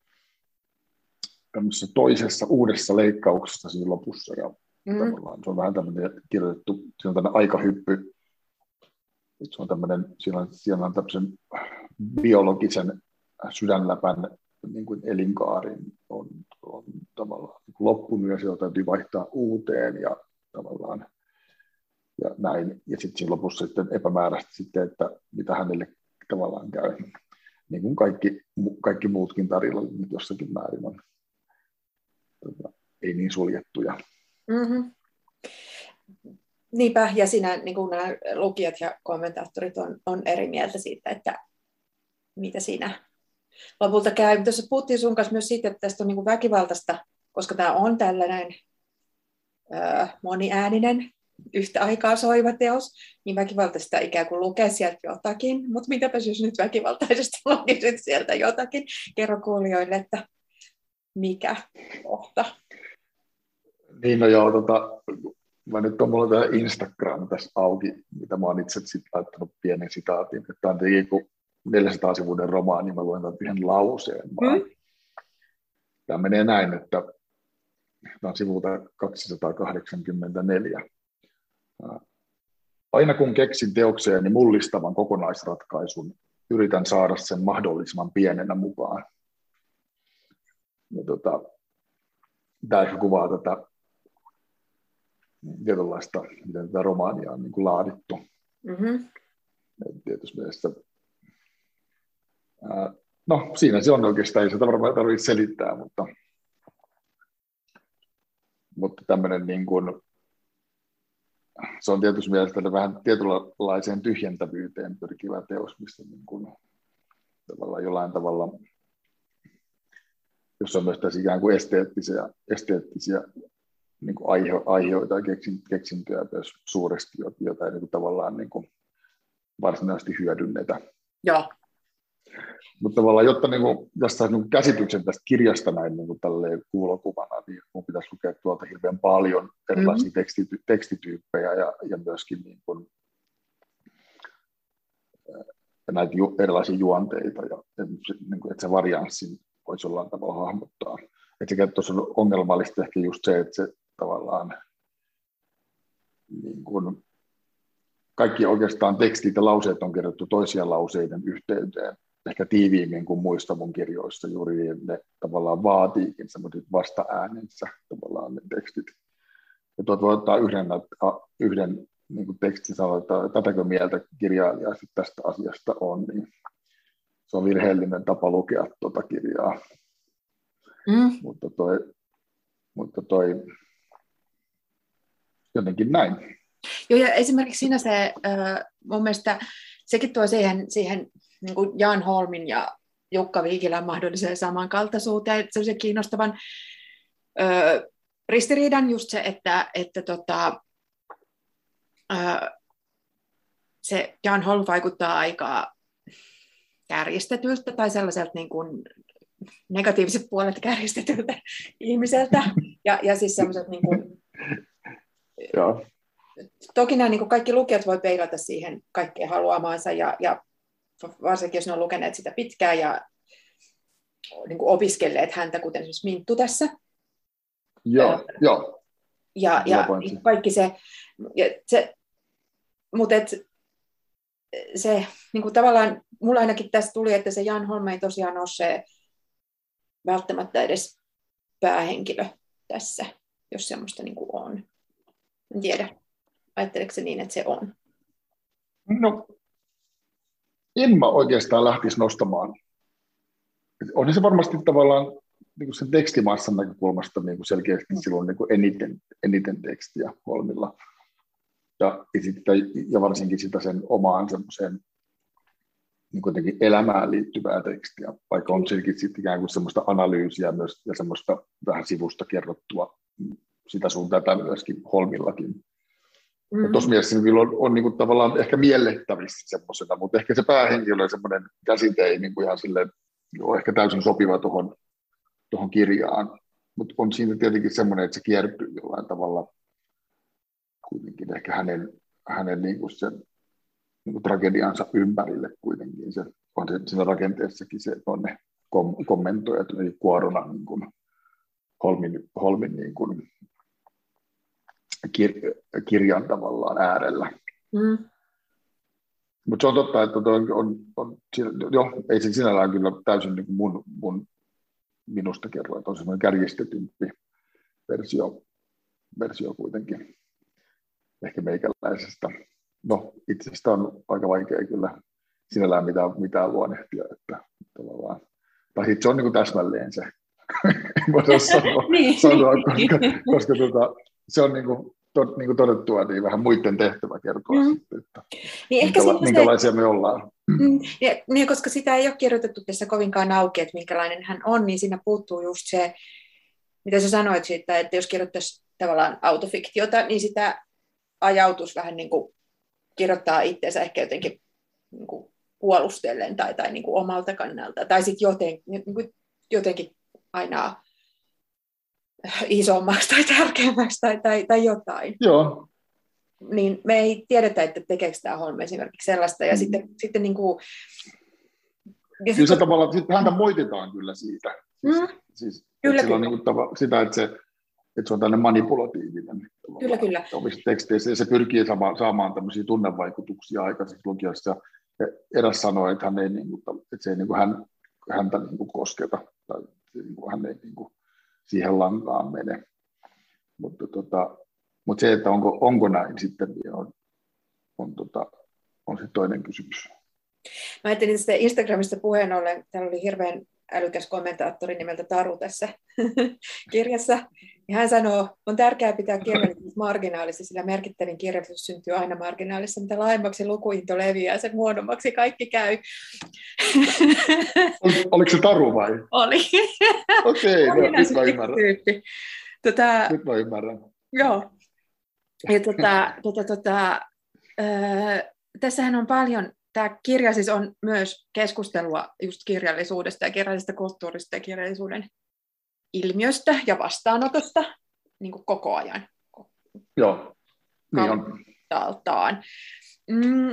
toisessa uudessa leikkauksessa siinä lopussa. Ja mm. tavallaan se on vähän tämmöinen kirjoitettu, siinä on tämmöinen aikahyppy. Se on tämmöinen, siellä on, siellä on tämmöisen biologisen sydänläpän niin kuin elinkaarin on, on tavallaan loppunut ja sitä täytyy vaihtaa uuteen ja tavallaan ja näin. Ja sitten siinä lopussa sitten epämääräisesti sitten, että mitä hänelle tavallaan käy. Niin kuin kaikki, kaikki muutkin tarinat nyt jossakin määrin on tota, ei niin suljettuja. Mm-hmm. Niinpä, ja siinä niin kuin nämä lukijat ja kommentaattorit on, on eri mieltä siitä, että mitä siinä lopulta käy. Tuossa puhuttiin sun kanssa myös siitä, että tästä on niin kuin väkivaltaista, koska tämä on tällainen ö, moniääninen, yhtä aikaa soiva teos, niin väkivaltaista ikään kuin lukee sieltä jotakin, mutta mitäpäs jos nyt väkivaltaisesti lukisit sieltä jotakin, kerro kuulijoille, että mikä kohta. Niin, no joo, tota, mä nyt on mulla tämä Instagram tässä auki, mitä mä oon itse sitten laittanut pienen sitaatin, että tämä on tietenkin kuin neljäsataa sivuinen romaani, mä luen tämän yhden lauseen vaan. Hmm. Tämä menee näin, että tämä on sivulta kaksisataakahdeksankymmentäneljä. Aina kun keksin teokseeni mullistavan kokonaisratkaisun, yritän saada sen mahdollisimman pienenä mukaan. Ja tota, tämä ehkä kuvaa tätä tietynlaista, miten tätä romaania on niin kuin laadittu. Mm-hmm. Tietysti mielessä, ää, no siinä se on oikeastaan, ei sitä varmaan tarvitse selittää, mutta, mutta tämmöinen niin kuin, se on tietysti mielestäni vähän tietynlaiseen tyhjentävyyteen pyrkivä teos, missä niin kuin, tavallaan jollain tavalla, jossa on myös tässä ikään kuin esteettisiä, esteettisiä niin kuin aihe, aiheita ja keksintöjä myös suuresti, joita ei niin kuin tavallaan niin kuin varsinaisesti hyödynnetä. Joo. Mutta tavallaan, jotta niin kuin, jos saisi niin käsityksen tästä kirjasta näin niin kuin tälleen kuulokuvana, niin minun pitäisi lukea tuolta hirveän paljon erilaisia mm-hmm. tekstity- tekstityyppejä ja, ja myöskin niin kuin, ja näitä ju- erilaisia juonteita, ja, niin kuin, että se varianssi voisi jollain tavalla hahmottaa. Että tuossa on ongelmallista ehkä just se, että se tavallaan niin kuin, kaikki oikeastaan tekstit ja lauseet on kirjoittu toisia lauseiden yhteyteen, ehkä tiiviimmin kuin muista mun kirjoissa, juuri niin ne tavallaan vaatiikin semmoiset vasta-äänensä tavallaan ne tekstit. Ja tuot voi ottaa yhden, yhden niin kuin tekstin sanoa, että tätäkö mieltä kirjailija tästä asiasta on, niin se on virheellinen tapa lukea tuota kirjaa. Mm. Mutta toi, mutta toi jotenkin näin. Joo, ja esimerkiksi siinä se, äh, mun mielestä sekin tuo siihen, siihen niin kuin Jan Holmin ja Jukka Viikilän mahdolliseen samankaltaisuuteen, sellaisen kiinnostavan äh, ristiriidan just se, että, että tota, äh, se Jan Holm vaikuttaa aika kärjistetyltä tai sellaiselta niin kuin negatiiviset puolet kärjistetyltä ihmiseltä, ja, ja siis sellaiset niin kuin Joo. Toki nämä niin kaikki lukijat voi peilata siihen kaikkeen haluamaansa, ja, ja varsinkin jos ne on lukeneet sitä pitkään ja niin opiskelleet häntä, kuten esimerkiksi Minttu tässä. Joo, joo. Ja, ja kaikki se, ja se mutta et, se niin kuin tavallaan, mulla ainakin tässä tuli, että se Jan Holm ei tosiaan ole se välttämättä edes päähenkilö tässä, jos semmoista niin kuin on. En tiedä, ajatteleeko se niin, että se on? No, en mä oikeastaan lähtisi nostamaan. On se varmasti tavallaan niin kuin sen tekstimassan näkökulmasta niin kuin selkeästi silloin niin kuin eniten, eniten tekstiä Holmilla. Ja, ja varsinkin sitä sen omaan semmoiseen niin kuitenkin elämään liittyvää tekstiä, vaikka on silläkin sitten ikään kuin semmoista analyysiä myös ja semmoista vähän sivusta kerrottua sitä sun tätä myöskin Holmillakin. Mm-hmm. Tuossa mielessä niin on, on niin kuin tavallaan ehkä miellettävissä semmoisena, mutta ehkä se päähenkilö semmoinen käsite ei niin kuin ihan silleen, ole ehkä täysin sopiva tuohon tuohon kirjaan, mutta on siinä tietenkin semmoinen, että se kiertyy jollain tavalla kuitenkin ehkä hänen, hänen niin kuin sen niin kuin tragediansa ympärille kuitenkin. Se on se, siinä rakenteessakin se, että on ne kom- kommentoijat, eli kuorona niin kuin Holmin, Holmin niin kuin kir- kirjan tavallaan äärellä. Mm. Mutta se on totta, että on, on, on, jo, ei se sinällään kyllä täysin niin kuin mun, mun, minusta kerro, että on semmoinen kärjistetympi versio, versio kuitenkin ehkä meikäläisestä. No, itsestä on aika vaikea kyllä sinällään mitään, mitään luonnehtia, että tavallaan, tai sitten se on niin kuin täsmälleen se, en voi sanoa, niin, sanoa koska, koska tota, se on niin kuin, to, niin kuin todettua, niin vähän muiden tehtävä kertoa mm. sitten, että niin minkäla- minkälaisia se, me ollaan. Mm, ja, niin, koska sitä ei ole kirjoitettu tässä kovinkaan auki, että minkälainen hän on, niin siinä puuttuu just se, mitä sä sanoit siitä, että jos kirjoittaisi tavallaan autofiktiota, niin sitä ajautus vähän niin kuin kirjoittaa itseensä ehkä jotenkin niin kuin puolustellen tai, tai niin kuin omalta kannalta, tai sitten joten, niin kuin jotenkin aina isommaksi tai tärkeämmäksi tai, tai, tai jotain. Joo. Niin me ei tiedetä, että tekeekö tämä Holm esimerkiksi sellaista, ja mm. sitten, sitten niin kuin... Ja kyllä se tavallaan, sitten häntä moititaan kyllä siitä. Mm. Siis, kyllä, kyllä. On niin kuin tava, sitä, että se, että se on tämmöinen manipulatiivinen kyllä, kyllä. omissa teksteissä, ja se pyrkii saamaan, saamaan tämmöisiä tunnevaikutuksia aikaisemmin lukijassa. Ja eräs sanoi, että, hän ei, niin kuin, että se ei niin kuin hän, häntä niin kuin kosketa, tai niin kuin hän ei niin kuin siihen lankaan mene. Mutta, tota, mutta se, että onko, onko näin sitten, niin on, on, tota, on sitten toinen kysymys. Mä ajattelin tästä Instagramista puheen ollen, täällä oli hirveän älykäs kommentaattori nimeltä Taru tässä kirjassa. Ja hän sanoo, on tärkeää pitää kirjallisuus marginaalissa, sillä merkittävin kirjallisuus syntyy aina marginaalissa. Mitä laajemmaksi lukuinto leviää, sen muodommaksi kaikki käy. Ol, oliko se Taru vai? Oli. Okei, okay, no, nyt mä ymmärrän. Tota, nyt mä ymmärrän. Joo. Ja tota, tota, tota, äh, tässähän on paljon, tämä kirja siis on myös keskustelua just kirjallisuudesta ja kirjallisesta kulttuurista ja kirjallisuuden ilmiöstä ja vastaanotosta niin kuin koko ajan. Joo, niin on. Kauttaaltaan. Mm,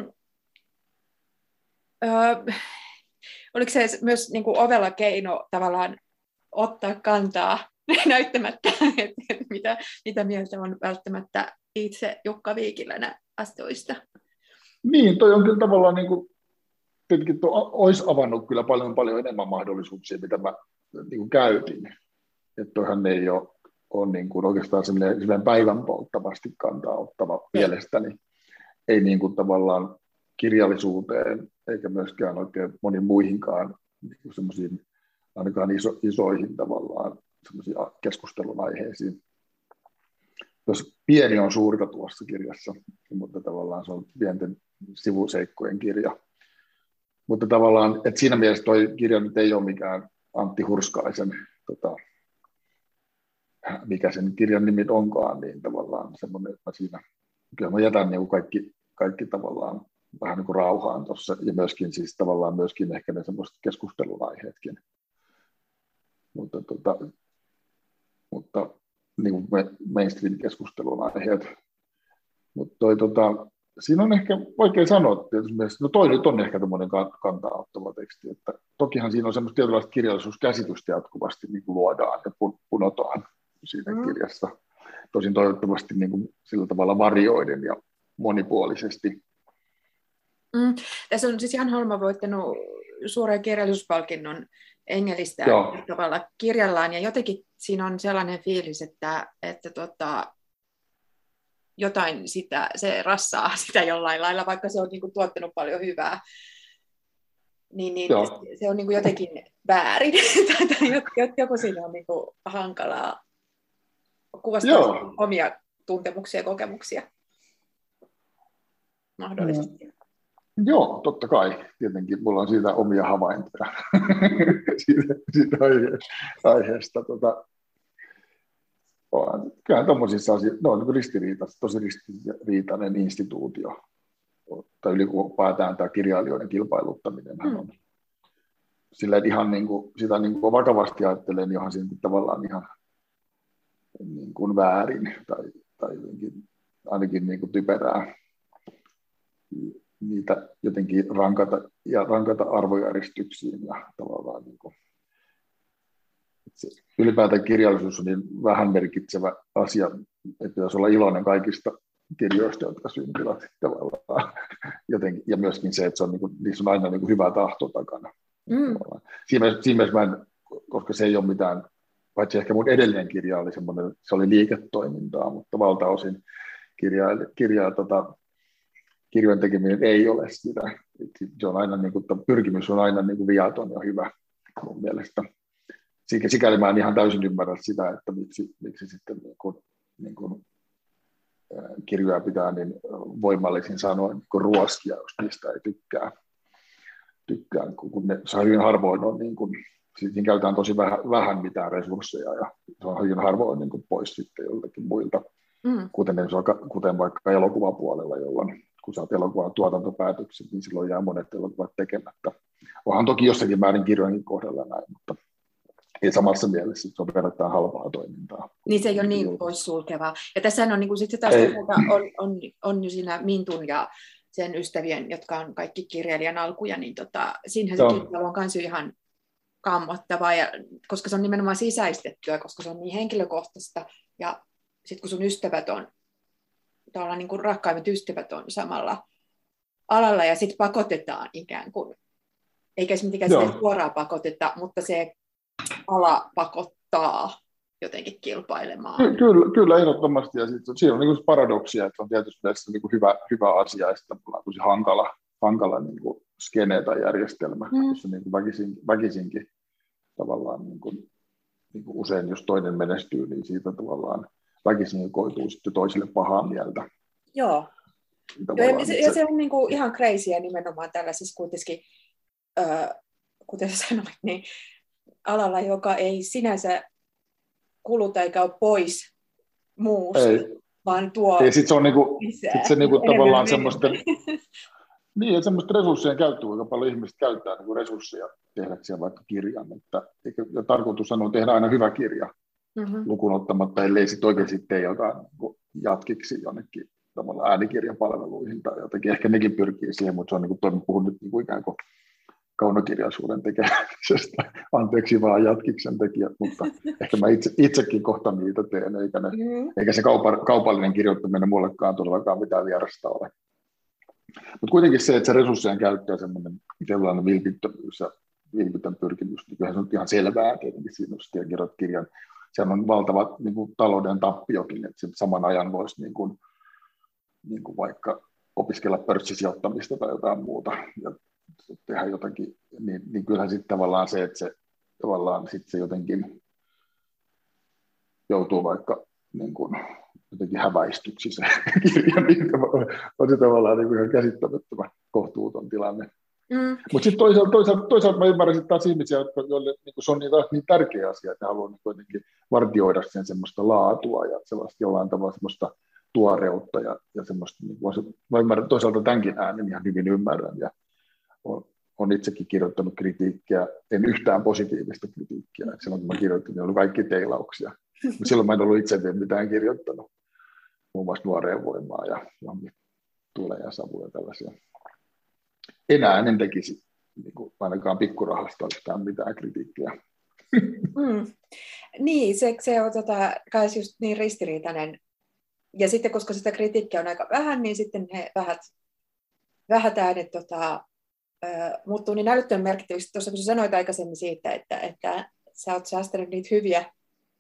ö, oliko se myös niin kuin ovella keino tavallaan ottaa kantaa näyttämättä, että, että mitä, mitä mieltä on välttämättä itse Jukka Viikilänä asioista? Niin, toi on kyllä tavallaan, niin kuin, tietenkin tuo olisi avannut kyllä paljon, paljon enemmän mahdollisuuksia, mitä mä niin kuin käytin. Että toihan ei ole, ole niin kuin oikeastaan sellainen päivän polttavasti kantaa ottava mm. mielestäni. Ei niin kuin tavallaan kirjallisuuteen, eikä myöskään oikein moniin muihinkaan niin semmoisiin, ainakaan iso, isoihin tavallaan semmoisiin keskustelun aiheisiin. Jos pieni on suurta tuossa kirjassa, mutta tavallaan se on pienten sivuseikkojen kirja. Mutta tavallaan, että siinä mielessä tuo kirja nyt ei ole mikään Antti Hurskaisen, tota, mikä sen kirjan nimi onkaan, niin tavallaan semmoinen, että siinä, kyllä mä jätän niin kuin kaikki, kaikki tavallaan vähän niin kuin rauhaan tuossa, ja myöskin siis tavallaan myöskin ehkä ne semmoiset keskustelun aiheetkin. Mutta, tota, mutta niin kuin mainstream-keskustelun aiheet, Mutta toi, tota, siinä on ehkä vaikea sanoa, että no toi nyt on ehkä tämmöinen kantaa ottava teksti, että tokihan siinä on semmoista tietynlaista kirjallisuuskäsitystä jatkuvasti niin kuin luodaan ja punotaan siinä mm. kirjassa. Tosin toivottavasti niin kuin sillä tavalla varioiden ja monipuolisesti. Mm. Tässä on siis Jan Holma voittanut suuren kirjallisuuspalkinnon Engelistä tavalla kirjallaan, ja jotenkin siinä on sellainen fiilis, että, että tota, jotain sitä, se rassaa sitä jollain lailla, vaikka se on niin kuin tuottanut paljon hyvää, niin, niin se on niin kuin jotenkin väärin, tai joku siinä on niin kuin hankalaa kuvastaa omia tuntemuksia ja kokemuksia mahdollisesti. Mm. Joo, totta kai. Tietenkin mulla on siitä omia havaintoja siitä, siitä aiheesta. Tota, kyllähän tuommoisissa asioissa, no on niin ristiriitainen, tosi ristiriitainen instituutio. Tai ylipäätään tämä kirjailijoiden kilpailuttaminen mm. on. Sillä ihan niin kuin, sitä niin kuin vakavasti ajattelen, niin onhan siinä tavallaan ihan niin kuin väärin tai, tai jotenkin, ainakin niin kuin typerää niitä jotenkin rankata ja rankata arvojärjestyksiin ja tavallaan niin kuin, ylipäätään kirjallisuus on niin vähän merkitsevä asia, että pitäisi olla iloinen kaikista kirjoista, jotka syntyvät tavallaan jotenkin, ja myöskin se, että se on, niin kuin, niissä on aina niin kuin hyvä tahto takana. Mm. Siinä, siinä mielessä mä en, koska se ei ole mitään, paitsi ehkä mun edellinen kirja oli semmoinen, se oli liiketoimintaa, mutta valtaosin kirjaa, kirjaa tota, kirjojen tekeminen ei ole sitä. Se on aina, niin kuin, pyrkimys on aina niin kuin viaton ja hyvä mun mielestä. Sikäli mä en ihan täysin ymmärrä sitä, että miksi, miksi sitten niin kuin, niin kuin, kirjoja pitää niin voimallisin sanoin niin ruoskia, jos niistä ei tykkää. tykkää kun ne hyvin harvoin on, niin kuin, siinä käytetään tosi vähän, vähän mitään resursseja ja se on hyvin harvoin niin kuin pois sitten joltakin muilta, mm. kuten, kuten vaikka elokuvapuolella, jolloin kun sä oot elokuvan tuotantopäätökset, niin silloin jää monet elokuvat tekemättä. Onhan toki jossakin määrin kirjojenkin kohdalla näin, mutta ei samassa mielessä, että se on verrattuna halpaa toimintaa. Niin se ei ole niin poissulkevaa. Ja tässä on niin kuin sitten taas on, on, on jo siinä Mintun ja sen ystävien, jotka on kaikki kirjailijan alkuja, niin tota, siinähän se kilpailu on myös ihan kammottavaa, ja, koska se on nimenomaan sisäistettyä, koska se on niin henkilökohtaista, ja sitten kun sun ystävät on, tavallaan niin kuin rakkaimmat ystävät on samalla alalla, ja sitten pakotetaan ikään kuin, eikä se mitenkään suoraan pakoteta, mutta se ala pakottaa jotenkin kilpailemaan. Kyllä, kyllä ehdottomasti, ja sitten siinä on niin paradoksia, että on tietysti mielessä niin kuin hyvä, hyvä asia, ja sitten on tosi hankala, hankala niin kuin skene tai järjestelmä, mm. jossa niin kuin väkisin, väkisinkin tavallaan niin kuin, niin kuin usein, jos toinen menestyy, niin siitä tavallaan väkisin koituu sitten toisille pahaa mieltä. Joo, Joo ja, se, ja se on niin kuin ihan crazyä nimenomaan tällaisessa kuitenkin, äh, kuten sanoit, niin alalla, joka ei sinänsä kuluta eikä ole pois muusta, ei. Vaan tuo ei, sit se on niinku, sit se niinku tavallaan semmoisten, niin, että semmoista resurssien käyttöä, kuinka paljon ihmiset käyttää niinku resursseja tehdäkseen vaikka kirjan, että ja tarkoitus on tehdä aina hyvä kirja, mm-hmm. lukuun ottamatta, ellei sitten oikeasti tee jotain niinku jatkiksi jonnekin tavallaan äänikirjapalveluihin tai jotenkin, ehkä nekin pyrkii siihen, mutta se on niin kuin puhun nyt niin kuin ikään kuin kaunokirjallisuuden tekemisestä, anteeksi vaan jatkiksen tekijät, mutta ehkä mä itse, itsekin kohta niitä teen, eikä, ne, mm. eikä se kaupa, kaupallinen kirjoittaminen mullekaan todellakaan mitään vierasta ole. Mutta kuitenkin se, että se resurssien käyttö ja semmoinen tietynlainen vilpittömyys ja vilpitön pyrkimys, niin kyllähän se on ihan selvää tietenkin siinä, jos kirjoitat kirjan. Sehän on valtava niin kuin talouden tappiokin, että saman ajan voisi niin kuin, niin kuin vaikka opiskella pörssisijoittamista tai jotain muuta ja tehdä jotakin, niin, niin kyllähän sitten tavallaan se, että se, tavallaan sit se jotenkin joutuu vaikka niin kuin, jotenkin häväistyksi se kirja, niin on se tavallaan niin kuin ihan käsittämättömän kohtuuton tilanne. Mm. Mutta sitten toisaalta, toisaalta, toisaalta mä ymmärrän sitten taas ihmisiä, jotka, joille niin se on niin, niin tärkeä asia, että ne haluaa niin jotenkin vartioida sen semmoista laatua ja sellaista jollain tavalla semmoista tuoreutta ja, ja semmoista, niin kuin, mä ymmärrän toisaalta tämänkin äänen ihan hyvin ymmärrän ja on, on itsekin kirjoittanut kritiikkiä, en yhtään positiivista kritiikkiä, että silloin kun mä kirjoitin, niin oli kaikki teilauksia, mutta silloin mä en ollut itse mitään kirjoittanut. muun muassa nuoreen voimaa ja johonkin tulee ja savuja tällaisia. Enää en tekisi niin kuin ainakaan pikkurahasta yhtään mitään kritiikkiä. Mm. Niin, se, se on tota, kai just niin ristiriitainen. Ja sitten, koska sitä kritiikkiä on aika vähän, niin sitten ne vähät, vähät äänet tota, äh, muuttuu niin älyttömän merkittäviksi. Tuossa kun sä sanoit aikaisemmin siitä, että, että sä oot säästänyt niitä hyviä,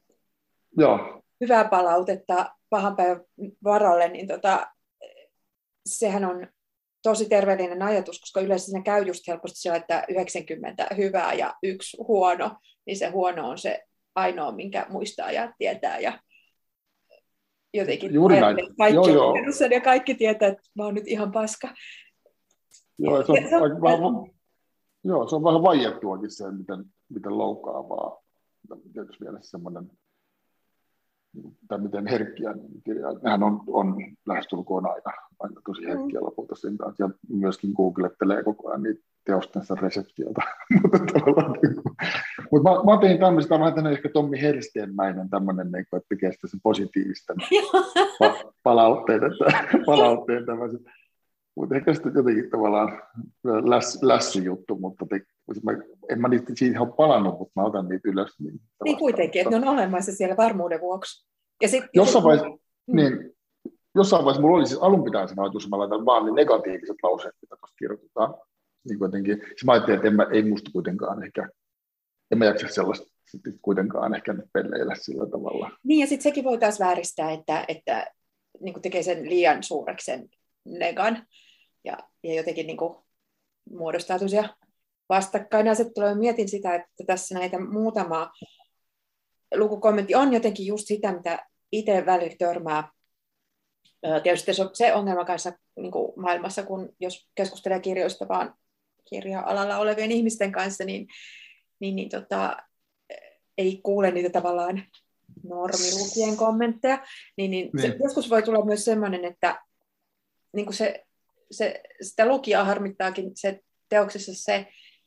Joo. hyvää palautetta pahan päivän varalle, niin tota, sehän on tosi terveellinen ajatus, koska yleensä siinä käy just helposti se, että yhdeksänkymmentä hyvää ja yksi huono, niin se huono on se ainoa, minkä muistaa ja tietää. Ja jotenkin Juuri näin. Kaikki, joo, on sen ja kaikki tietää, että mä oon nyt ihan paska. Joo, se on, se on, vähän, joo, se on vähän vaiettuakin se, miten, miten loukkaavaa. Tietysti mielessä semmoinen, tai miten herkkiä niin kirjaa. Nehän on, on lähestulkoon aina, aina tosi herkkiä mm. lopulta sen kanssa. Ja myöskin googlettelee koko ajan niitä teostensa reseptiota. Mutta mä, mä tein tämmöistä vähän tänne ehkä Tommi Hersteenmäinen tämmöinen, että tekee sitä sen positiivista pa- palautteet, että palautteen tämmöisen. Mutta ehkä sitten jotenkin tavallaan läs, lässyjuttu, mutta te, mä, en mä niitä siihen ole palannut, mutta mä otan niitä ylös. Niin, niin kuitenkin, että ne on olemassa siellä varmuuden vuoksi. Ja sit, jossain, vaiheessa, mm. niin, jossain vaiheessa mulla oli siis alun pitäen sen ajatus, että mä laitan vaan ne negatiiviset lauseet, mitä tuosta kirjoitetaan. Niin kuitenkin, siis mä ajattelin, että en mä, ei musta kuitenkaan ehkä, en mä jaksa sellaista kuitenkaan ehkä pelleillä sillä tavalla. Niin ja sitten sekin voi taas vääristää, että, että niin tekee sen liian suureksi sen negan ja, ja jotenkin niin kuin muodostaa tosiaan vastakkainasettelua. Mietin sitä, että tässä näitä muutama lukukommentti on jotenkin just sitä, mitä itse välillä törmää. Tietysti se on se ongelma kanssa niin kuin maailmassa, kun jos keskustelee kirjoista vaan kirja-alalla olevien ihmisten kanssa, niin, niin, niin tota, ei kuule niitä tavallaan normilukien kommentteja. Niin, niin niin. Se, joskus voi tulla myös sellainen, että niin kuin se, se, sitä lukijaa harmittaakin se teoksessa se,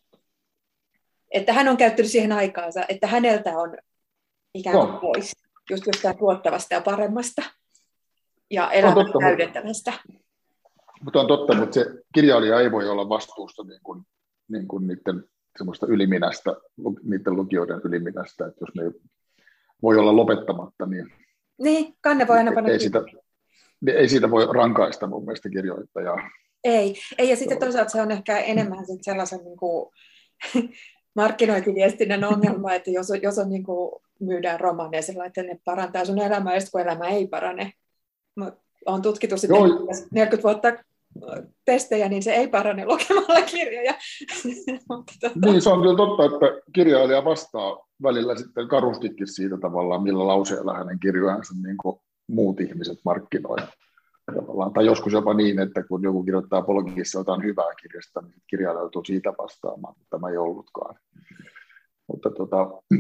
että hän on käyttänyt siihen aikaansa, että häneltä on ikään kuin no. pois just jostain tuottavasta ja paremmasta ja elämän no, täydentävästä. Mutta on totta, mutta se kirjailija ei voi olla vastuussa niin kuin, niin kuin niiden semmoista yliminästä, niiden lukijoiden yliminästä, että jos ne voi olla lopettamatta, niin, niin kanne voi aina panna ei sitä, ei siitä voi rankaista mun mielestä kirjoittajaa. Ei, ei ja sitten toisaalta se on ehkä enemmän sellaisen niin kuin, markkinointiviestinnän ongelma, että jos, jos on, niin kuin, myydään romaaneja sillä että ne parantaa sun elämää, ja kun elämä ei parane. On tutkittu sitten neljäkymmentä vuotta testejä, niin se ei parane lukemalla kirjoja. Niin, se on kyllä totta, että kirjailija vastaa välillä sitten karustikin siitä tavallaan, millä lauseella hänen kirjojansa niin kuin muut ihmiset markkinoivat. Tavallaan. Tai joskus jopa niin, että kun joku kirjoittaa blogissa jotain hyvää kirjasta, niin kirjailija joutuu siitä vastaamaan, mutta tämä ei ollutkaan. Mutta tota,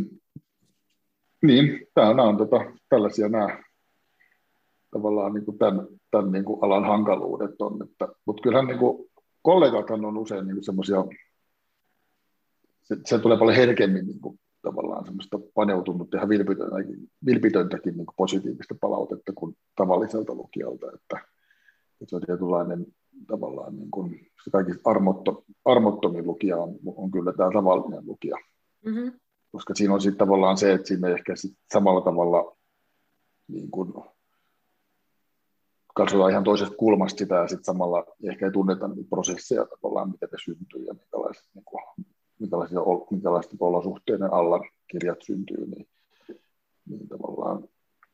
niin, nämä on tota, tällaisia nämä tavallaan niin kuin tämän, tämän niin kuin alan hankaluudet on. Että, mutta kyllähän niin kuin, kollegathan on usein niin semmoisia, se, se tulee paljon herkemmin niin kuin, tavallaan semmoista paneutunut ihan vilpitöntäkin, vilpitöntäkin niin kuin positiivista palautetta kuin tavalliselta lukijalta, että, että se on tietynlainen tavallaan niin kuin, se kaikista armotto, armottomin lukija on, on kyllä tämä tavallinen lukija, mm-hmm. koska siinä on sitten tavallaan se, että siinä ehkä sit samalla tavalla niin kuin, katsotaan ihan toisesta kulmasta sitä ja sitten samalla ehkä ei tunneta niitä prosesseja tavallaan, miten ne syntyy ja minkälaiset, niin kuin, minkälaisia, minkälaisten olosuhteiden alla kirjat syntyy, niin, niin tavallaan,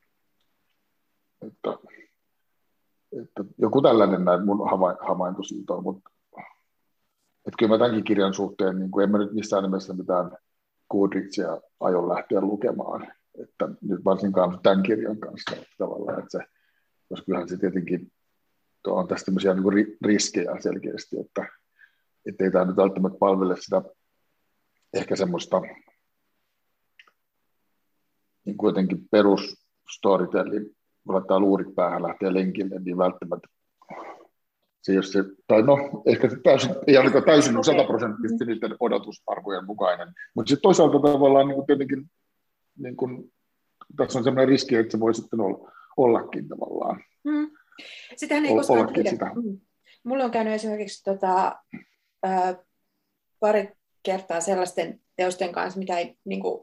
että, että joku tällainen näin mun havainto siitä on, mutta että kyllä mä tämänkin kirjan suhteen, niin kuin en mä nyt missään nimessä mitään Goodreadsia aion lähteä lukemaan, että nyt varsinkaan tämän kirjan kanssa että tavallaan, että se koska kyllähän se tietenkin on tästä tämmöisiä niin kuin riskejä selkeästi, että ei tämä nyt välttämättä palvele sitä ehkä semmoista niin kuin jotenkin perus storytelling, kun laittaa luurit päähän lähtee lenkille, niin välttämättä se, jos se, tai no ehkä se täysin, ei ainakaan täysin sataprosenttisesti niiden odotusarvojen mukainen, mutta sitten toisaalta tavallaan niin kuin tietenkin niin kuin, tässä on semmoinen riski, että se voi sitten olla, ollakin tavallaan. Mm. Sitähän ei koskaan tiedä. Sitä. Mm. Mulla on käynyt esimerkiksi tota, ää, pari kertaa sellaisten teosten kanssa, mitä, ei, niin kuin,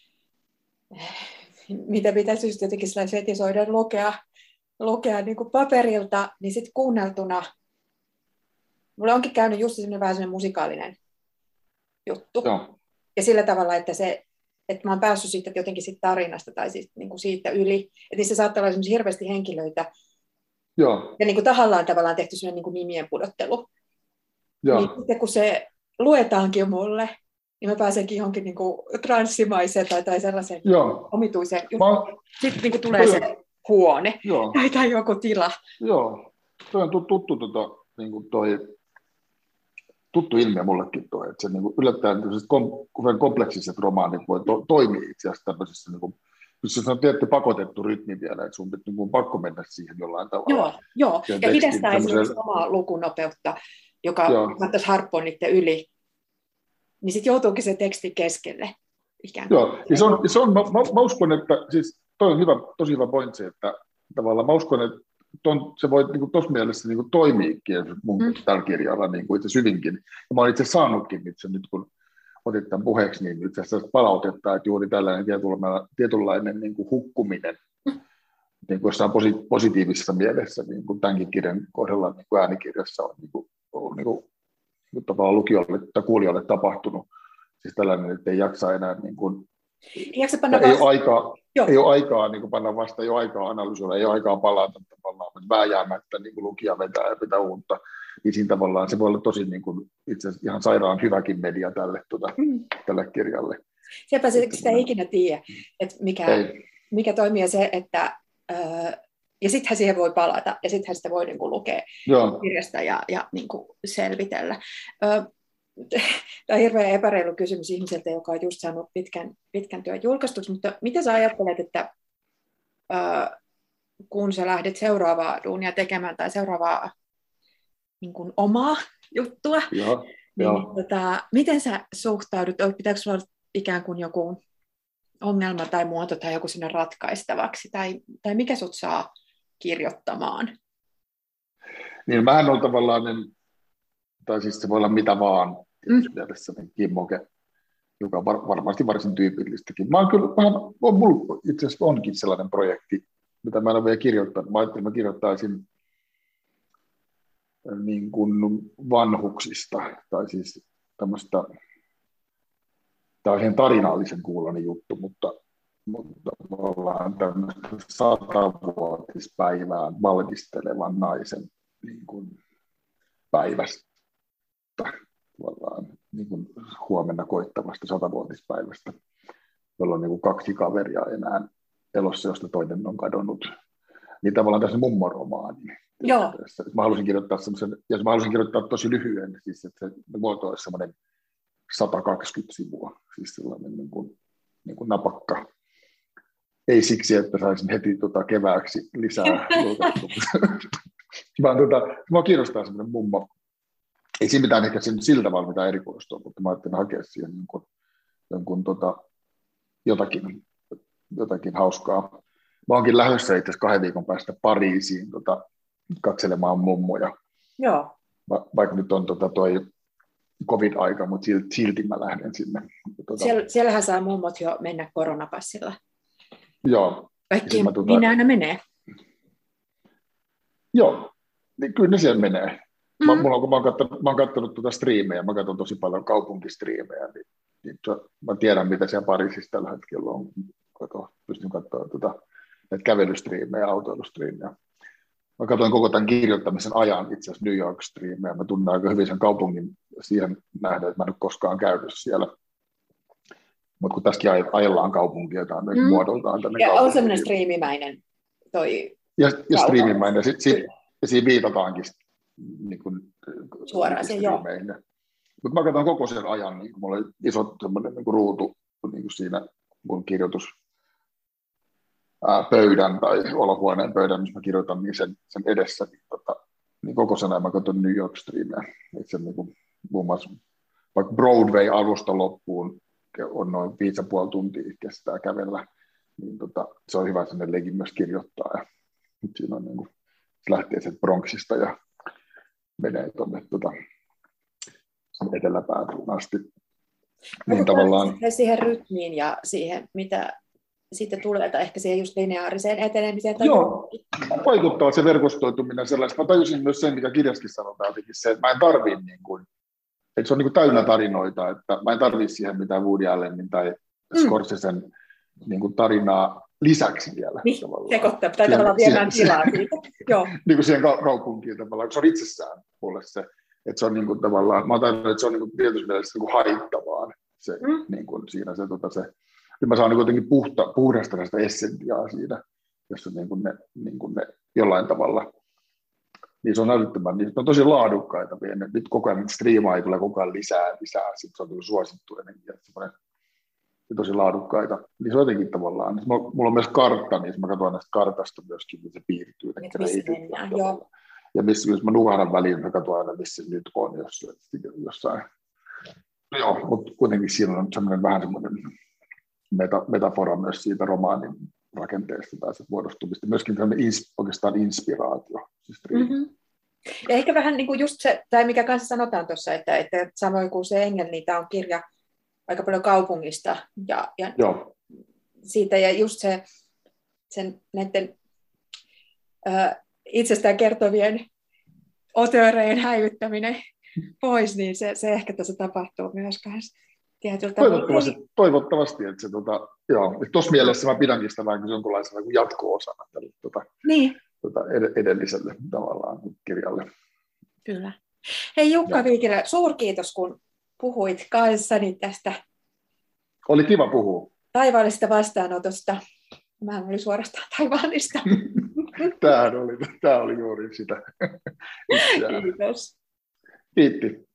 mitä pitäisi just jotenkin fetisoida lukea, lukea niin kuin paperilta, niin sitten kuunneltuna. Mulla onkin käynyt just sellainen vähän sellainen musikaalinen juttu. Joo. Ja sillä tavalla, että, se, että mä oon päässyt siitä jotenkin siitä tarinasta tai siitä, niin kuin siitä yli. Että niissä saattaa olla hirveästi henkilöitä. Joo. Ja niin kuin tahallaan tavallaan tehty sellainen niin kuin nimien pudottelu. Joo. Niin sitten kun se luetaankin mulle, niin mä pääsenkin johonkin niin kuin transsimaiseen tai, tai sellaiseen Joo. omituiseen. Mä... Sitten niin kuin tulee se huone Joo. tai, tai joku tila. Joo. Toi on tuttu, tota, niin kuin toi, tuttu ilmiö mullekin toi, että se niin kuin yllättäen kom, kompleksiset romaanit voi to, toimia itse asiassa tämmöisessä, niin kuin, jos on tietty pakotettu rytmi vielä, että sun niin kuin pakko mennä siihen jollain tavalla. Joo, joo. ja hidastaa esimerkiksi omaa lukunopeutta, joka saattaisi harppoa niiden yli, niin sitten joutuukin se teksti keskelle. Ikään kuin. Joo, ja se on, se on mä, mä, mä uskon, että siis toi on hyvä, tosi hyvä pointsi, että tavallaan mä uskon, että ton, se voi niin tuossa mielessä niin toimiikin mun mm. tällä kirjalla niin kuin itse hyvinkin. Ja mä olen itse saanutkin itse nyt, kun otit tämän puheeksi, niin itse asiassa palautetta, että juuri tällainen tietynlainen, tietynlainen niin kuin hukkuminen, mm. niin kuin jossain posi, positiivisessa mielessä, niin kuin tämänkin kirjan kohdalla niin kuin äänikirjassa on, niin kuin, on niin kuin, niin kuin tavallaan lukijoille tai kuulijoille tapahtunut. Siis tällainen, että ei jaksa enää, niin kuin, ei, ei ole aikaa, ei ole aikaa niin kuin panna vasta, ei ole aikaa analysoida, ei ole aikaa palata tavallaan, mutta vääjäämättä niin kuin lukija vetää ja pitää uutta. Niin siinä tavallaan se voi olla tosi niin kuin, itse asiassa ihan sairaan hyväkin media tälle, tuota, mm. tälle kirjalle. Sepä se, sitä ei ikinä tiedä, että mikä, mikä toimii se, että öö, ja sittenhän siihen voi palata ja sittenhän sitä voi niin kuin, lukea Joo. kirjasta ja, ja niin kuin, selvitellä. Öö, Tämä on hirveän epäreilu kysymys ihmiseltä, joka on just saanut pitkän, pitkän työn julkaistuksi, mutta mitä sä ajattelet, että äh, kun sä lähdet seuraavaa duunia tekemään tai seuraavaa niin kuin omaa juttua, Joo, niin jo. Tota, miten sä suhtaudut? Pitääkö sulla olla ikään kuin joku ongelma tai muoto tai joku sinne ratkaistavaksi, tai, tai mikä sut saa kirjoittamaan? Niin mähän on tavallaan, tai siis se voi olla mitä vaan, Mm. mielessä niin kimmoke, joka on var, varmasti varsin tyypillistäkin. Mä oon kyllä vähän, on, mulla itse asiassa onkin sellainen projekti, mitä mä en ole vielä kirjoittanut. Mä ajattelin, että mä kirjoittaisin niin kuin vanhuksista, tai siis tämmöistä, tämä on ihan tarinallisen kuuloinen juttu, mutta, mutta me ollaan tämmöistä satavuotispäivää valmistelevan naisen niin kuin päivästä. Niin kuin huomenna koittavasta satavuotispäivästä, jolloin niin kuin kaksi kaveria enää elossa, josta toinen on kadonnut. Niin tavallaan tässä mummoromaani. Joo. Mä halusin kirjoittaa semmoisen, ja mä halusin kirjoittaa tosi lyhyen, siis että se muoto olisi semmoinen sata kaksikymmentä sivua, siis sellainen niin kuin, niin kuin napakka. Ei siksi, että saisin heti tota kevääksi lisää vaan tota, mua kiinnostaa semmoinen mummo. Ei siinä mitään ehkä sillä tavalla mitään erikoistua, mutta mä ajattelin hakea siihen niin kuin, jonkun, tota, jotakin, jotakin hauskaa. Mä oonkin lähdössä itse asiassa kahden viikon päästä Pariisiin tota, katselemaan mummoja. Joo. Va- vaikka nyt on tota, toi covid-aika, mutta silti, silti mä lähden sinne. Tota, Siellä, siellähän saa mummot jo mennä koronapassilla. Joo. Kaikki mä, tota, minä aina menee. Joo, niin kyllä ne siellä menee. Mä, mulla on, mä oon katsonut, mä oon katsonut tuota striimejä, mä katson tosi paljon kaupunkistriimejä, niin, niin to, mä tiedän, mitä siellä Pariisissa tällä hetkellä on. Kato, pystyn katsomaan tuota, näitä kävelystriimejä, autoilustriimejä. Mä katsoin koko tämän kirjoittamisen ajan itse asiassa New York-striimejä. Mä tunnen aika hyvin sen kaupungin siihen nähdä, että mä en ole koskaan käynyt siellä. Mutta kun tässäkin ajellaan kaupunkia tai mm. muodoltaan tänne ja kaupunkiin. on semmoinen striimimäinen toi Ja, ja striimimäinen, sit, sit, ja siinä viitataankin niin kuin, suoraan se, joo. Mutta mä katson koko sen ajan, niin mulla oli iso semmoinen niin kuin ruutu niin kuin siinä mun kirjoitus ää, pöydän tai olohuoneen pöydän, missä mä kirjoitan, niin sen, sen edessä, niin, tota, niin koko sen ajan mä katson New York-striimejä. Itse niin kuin, muun muassa vaikka Broadway alusta loppuun on noin viisi ja puoli tuntia kestää kävellä, niin tota, se on hyvä sinne leikin myös kirjoittaa. Ja, siinä on niin kuin, se lähtee sieltä Bronxista ja menee tuonne tuota, eteläpäätyyn asti. Niin tavallaan siihen rytmiin ja siihen, mitä sitten tulee, tai ehkä siihen just lineaariseen etenemiseen. Tai joo, vaikuttaa se verkostoituminen sellaista. Mä tajusin myös sen, mikä kirjaskin sanotaan jotenkin se, että mä en tarvii, niin kuin, että se on niin kuin täynnä tarinoita, että mä en tarvii siihen mitään Woody Allenin tai Scorsesen mm. niin kuin tarinaa lisäksi vielä. Niin, sekoittaa, tai tavallaan viemään tilaa siitä. Joo. Niin kuin siihen kaupunkiin tavallaan, se on itsessään mulle se, että se on niin kuin tavallaan, mä otan, että se on niin kuin tietysti mielessä niin kuin haittavaa se, mm. niin kuin siinä se, tota, se ja mä saan niin kuitenkin puhta, puhdasta sitä essentiaa siinä, jossa niin kuin ne, niin kuin ne jollain tavalla, niin se on älyttömän, niin on tosi laadukkaita. Nyt koko ajan striimaa ei tule koko ajan lisää, lisää, sitten se on tullut suosittu ennenkin, että semmoinen tosi laadukkaita. Niin se on jotenkin tavallaan, mulla on myös kartta, niin mä katson näistä kartasta myöskin, missä se piirtyy. Missä mennään, joo. Ja missä, jos mä nukahdan väliin, mä katson aina, missä nyt on jossain. jossain. No joo, mutta kuitenkin siinä on semmoinen vähän semmoinen Meta, metafora myös siitä romaanin rakenteesta tai se muodostumista. Myöskin ins, oikeastaan inspiraatio. Mm-hmm. Ja ehkä vähän niin kuin just se, tai mikä kanssa sanotaan tuossa, että, että samoin kuin se Engel, niin tämä on kirja aika paljon kaupungista ja, ja siitä, ja just se sen näiden äh, itsestään kertovien otöörejen häivyttäminen pois, niin se, se ehkä tässä tapahtuu myös kanssa. Toivottavasti, toivottavasti, että se tota, joo, tuossa mielessä mä pidänkin sitä vähän jonkunlaisena jatko-osana tälle tota, niin. tota edelliselle tavallaan kirjalle. Kyllä. Hei Jukka ja. Viikilä, suurkiitos kun puhuit kanssani tästä. Oli kiva puhua. Taivaallisesta vastaanotosta. Mä olin suorastaan taivaallista. Tämähän oli, tämä oli juuri sitä. Kiitos. Kiitti.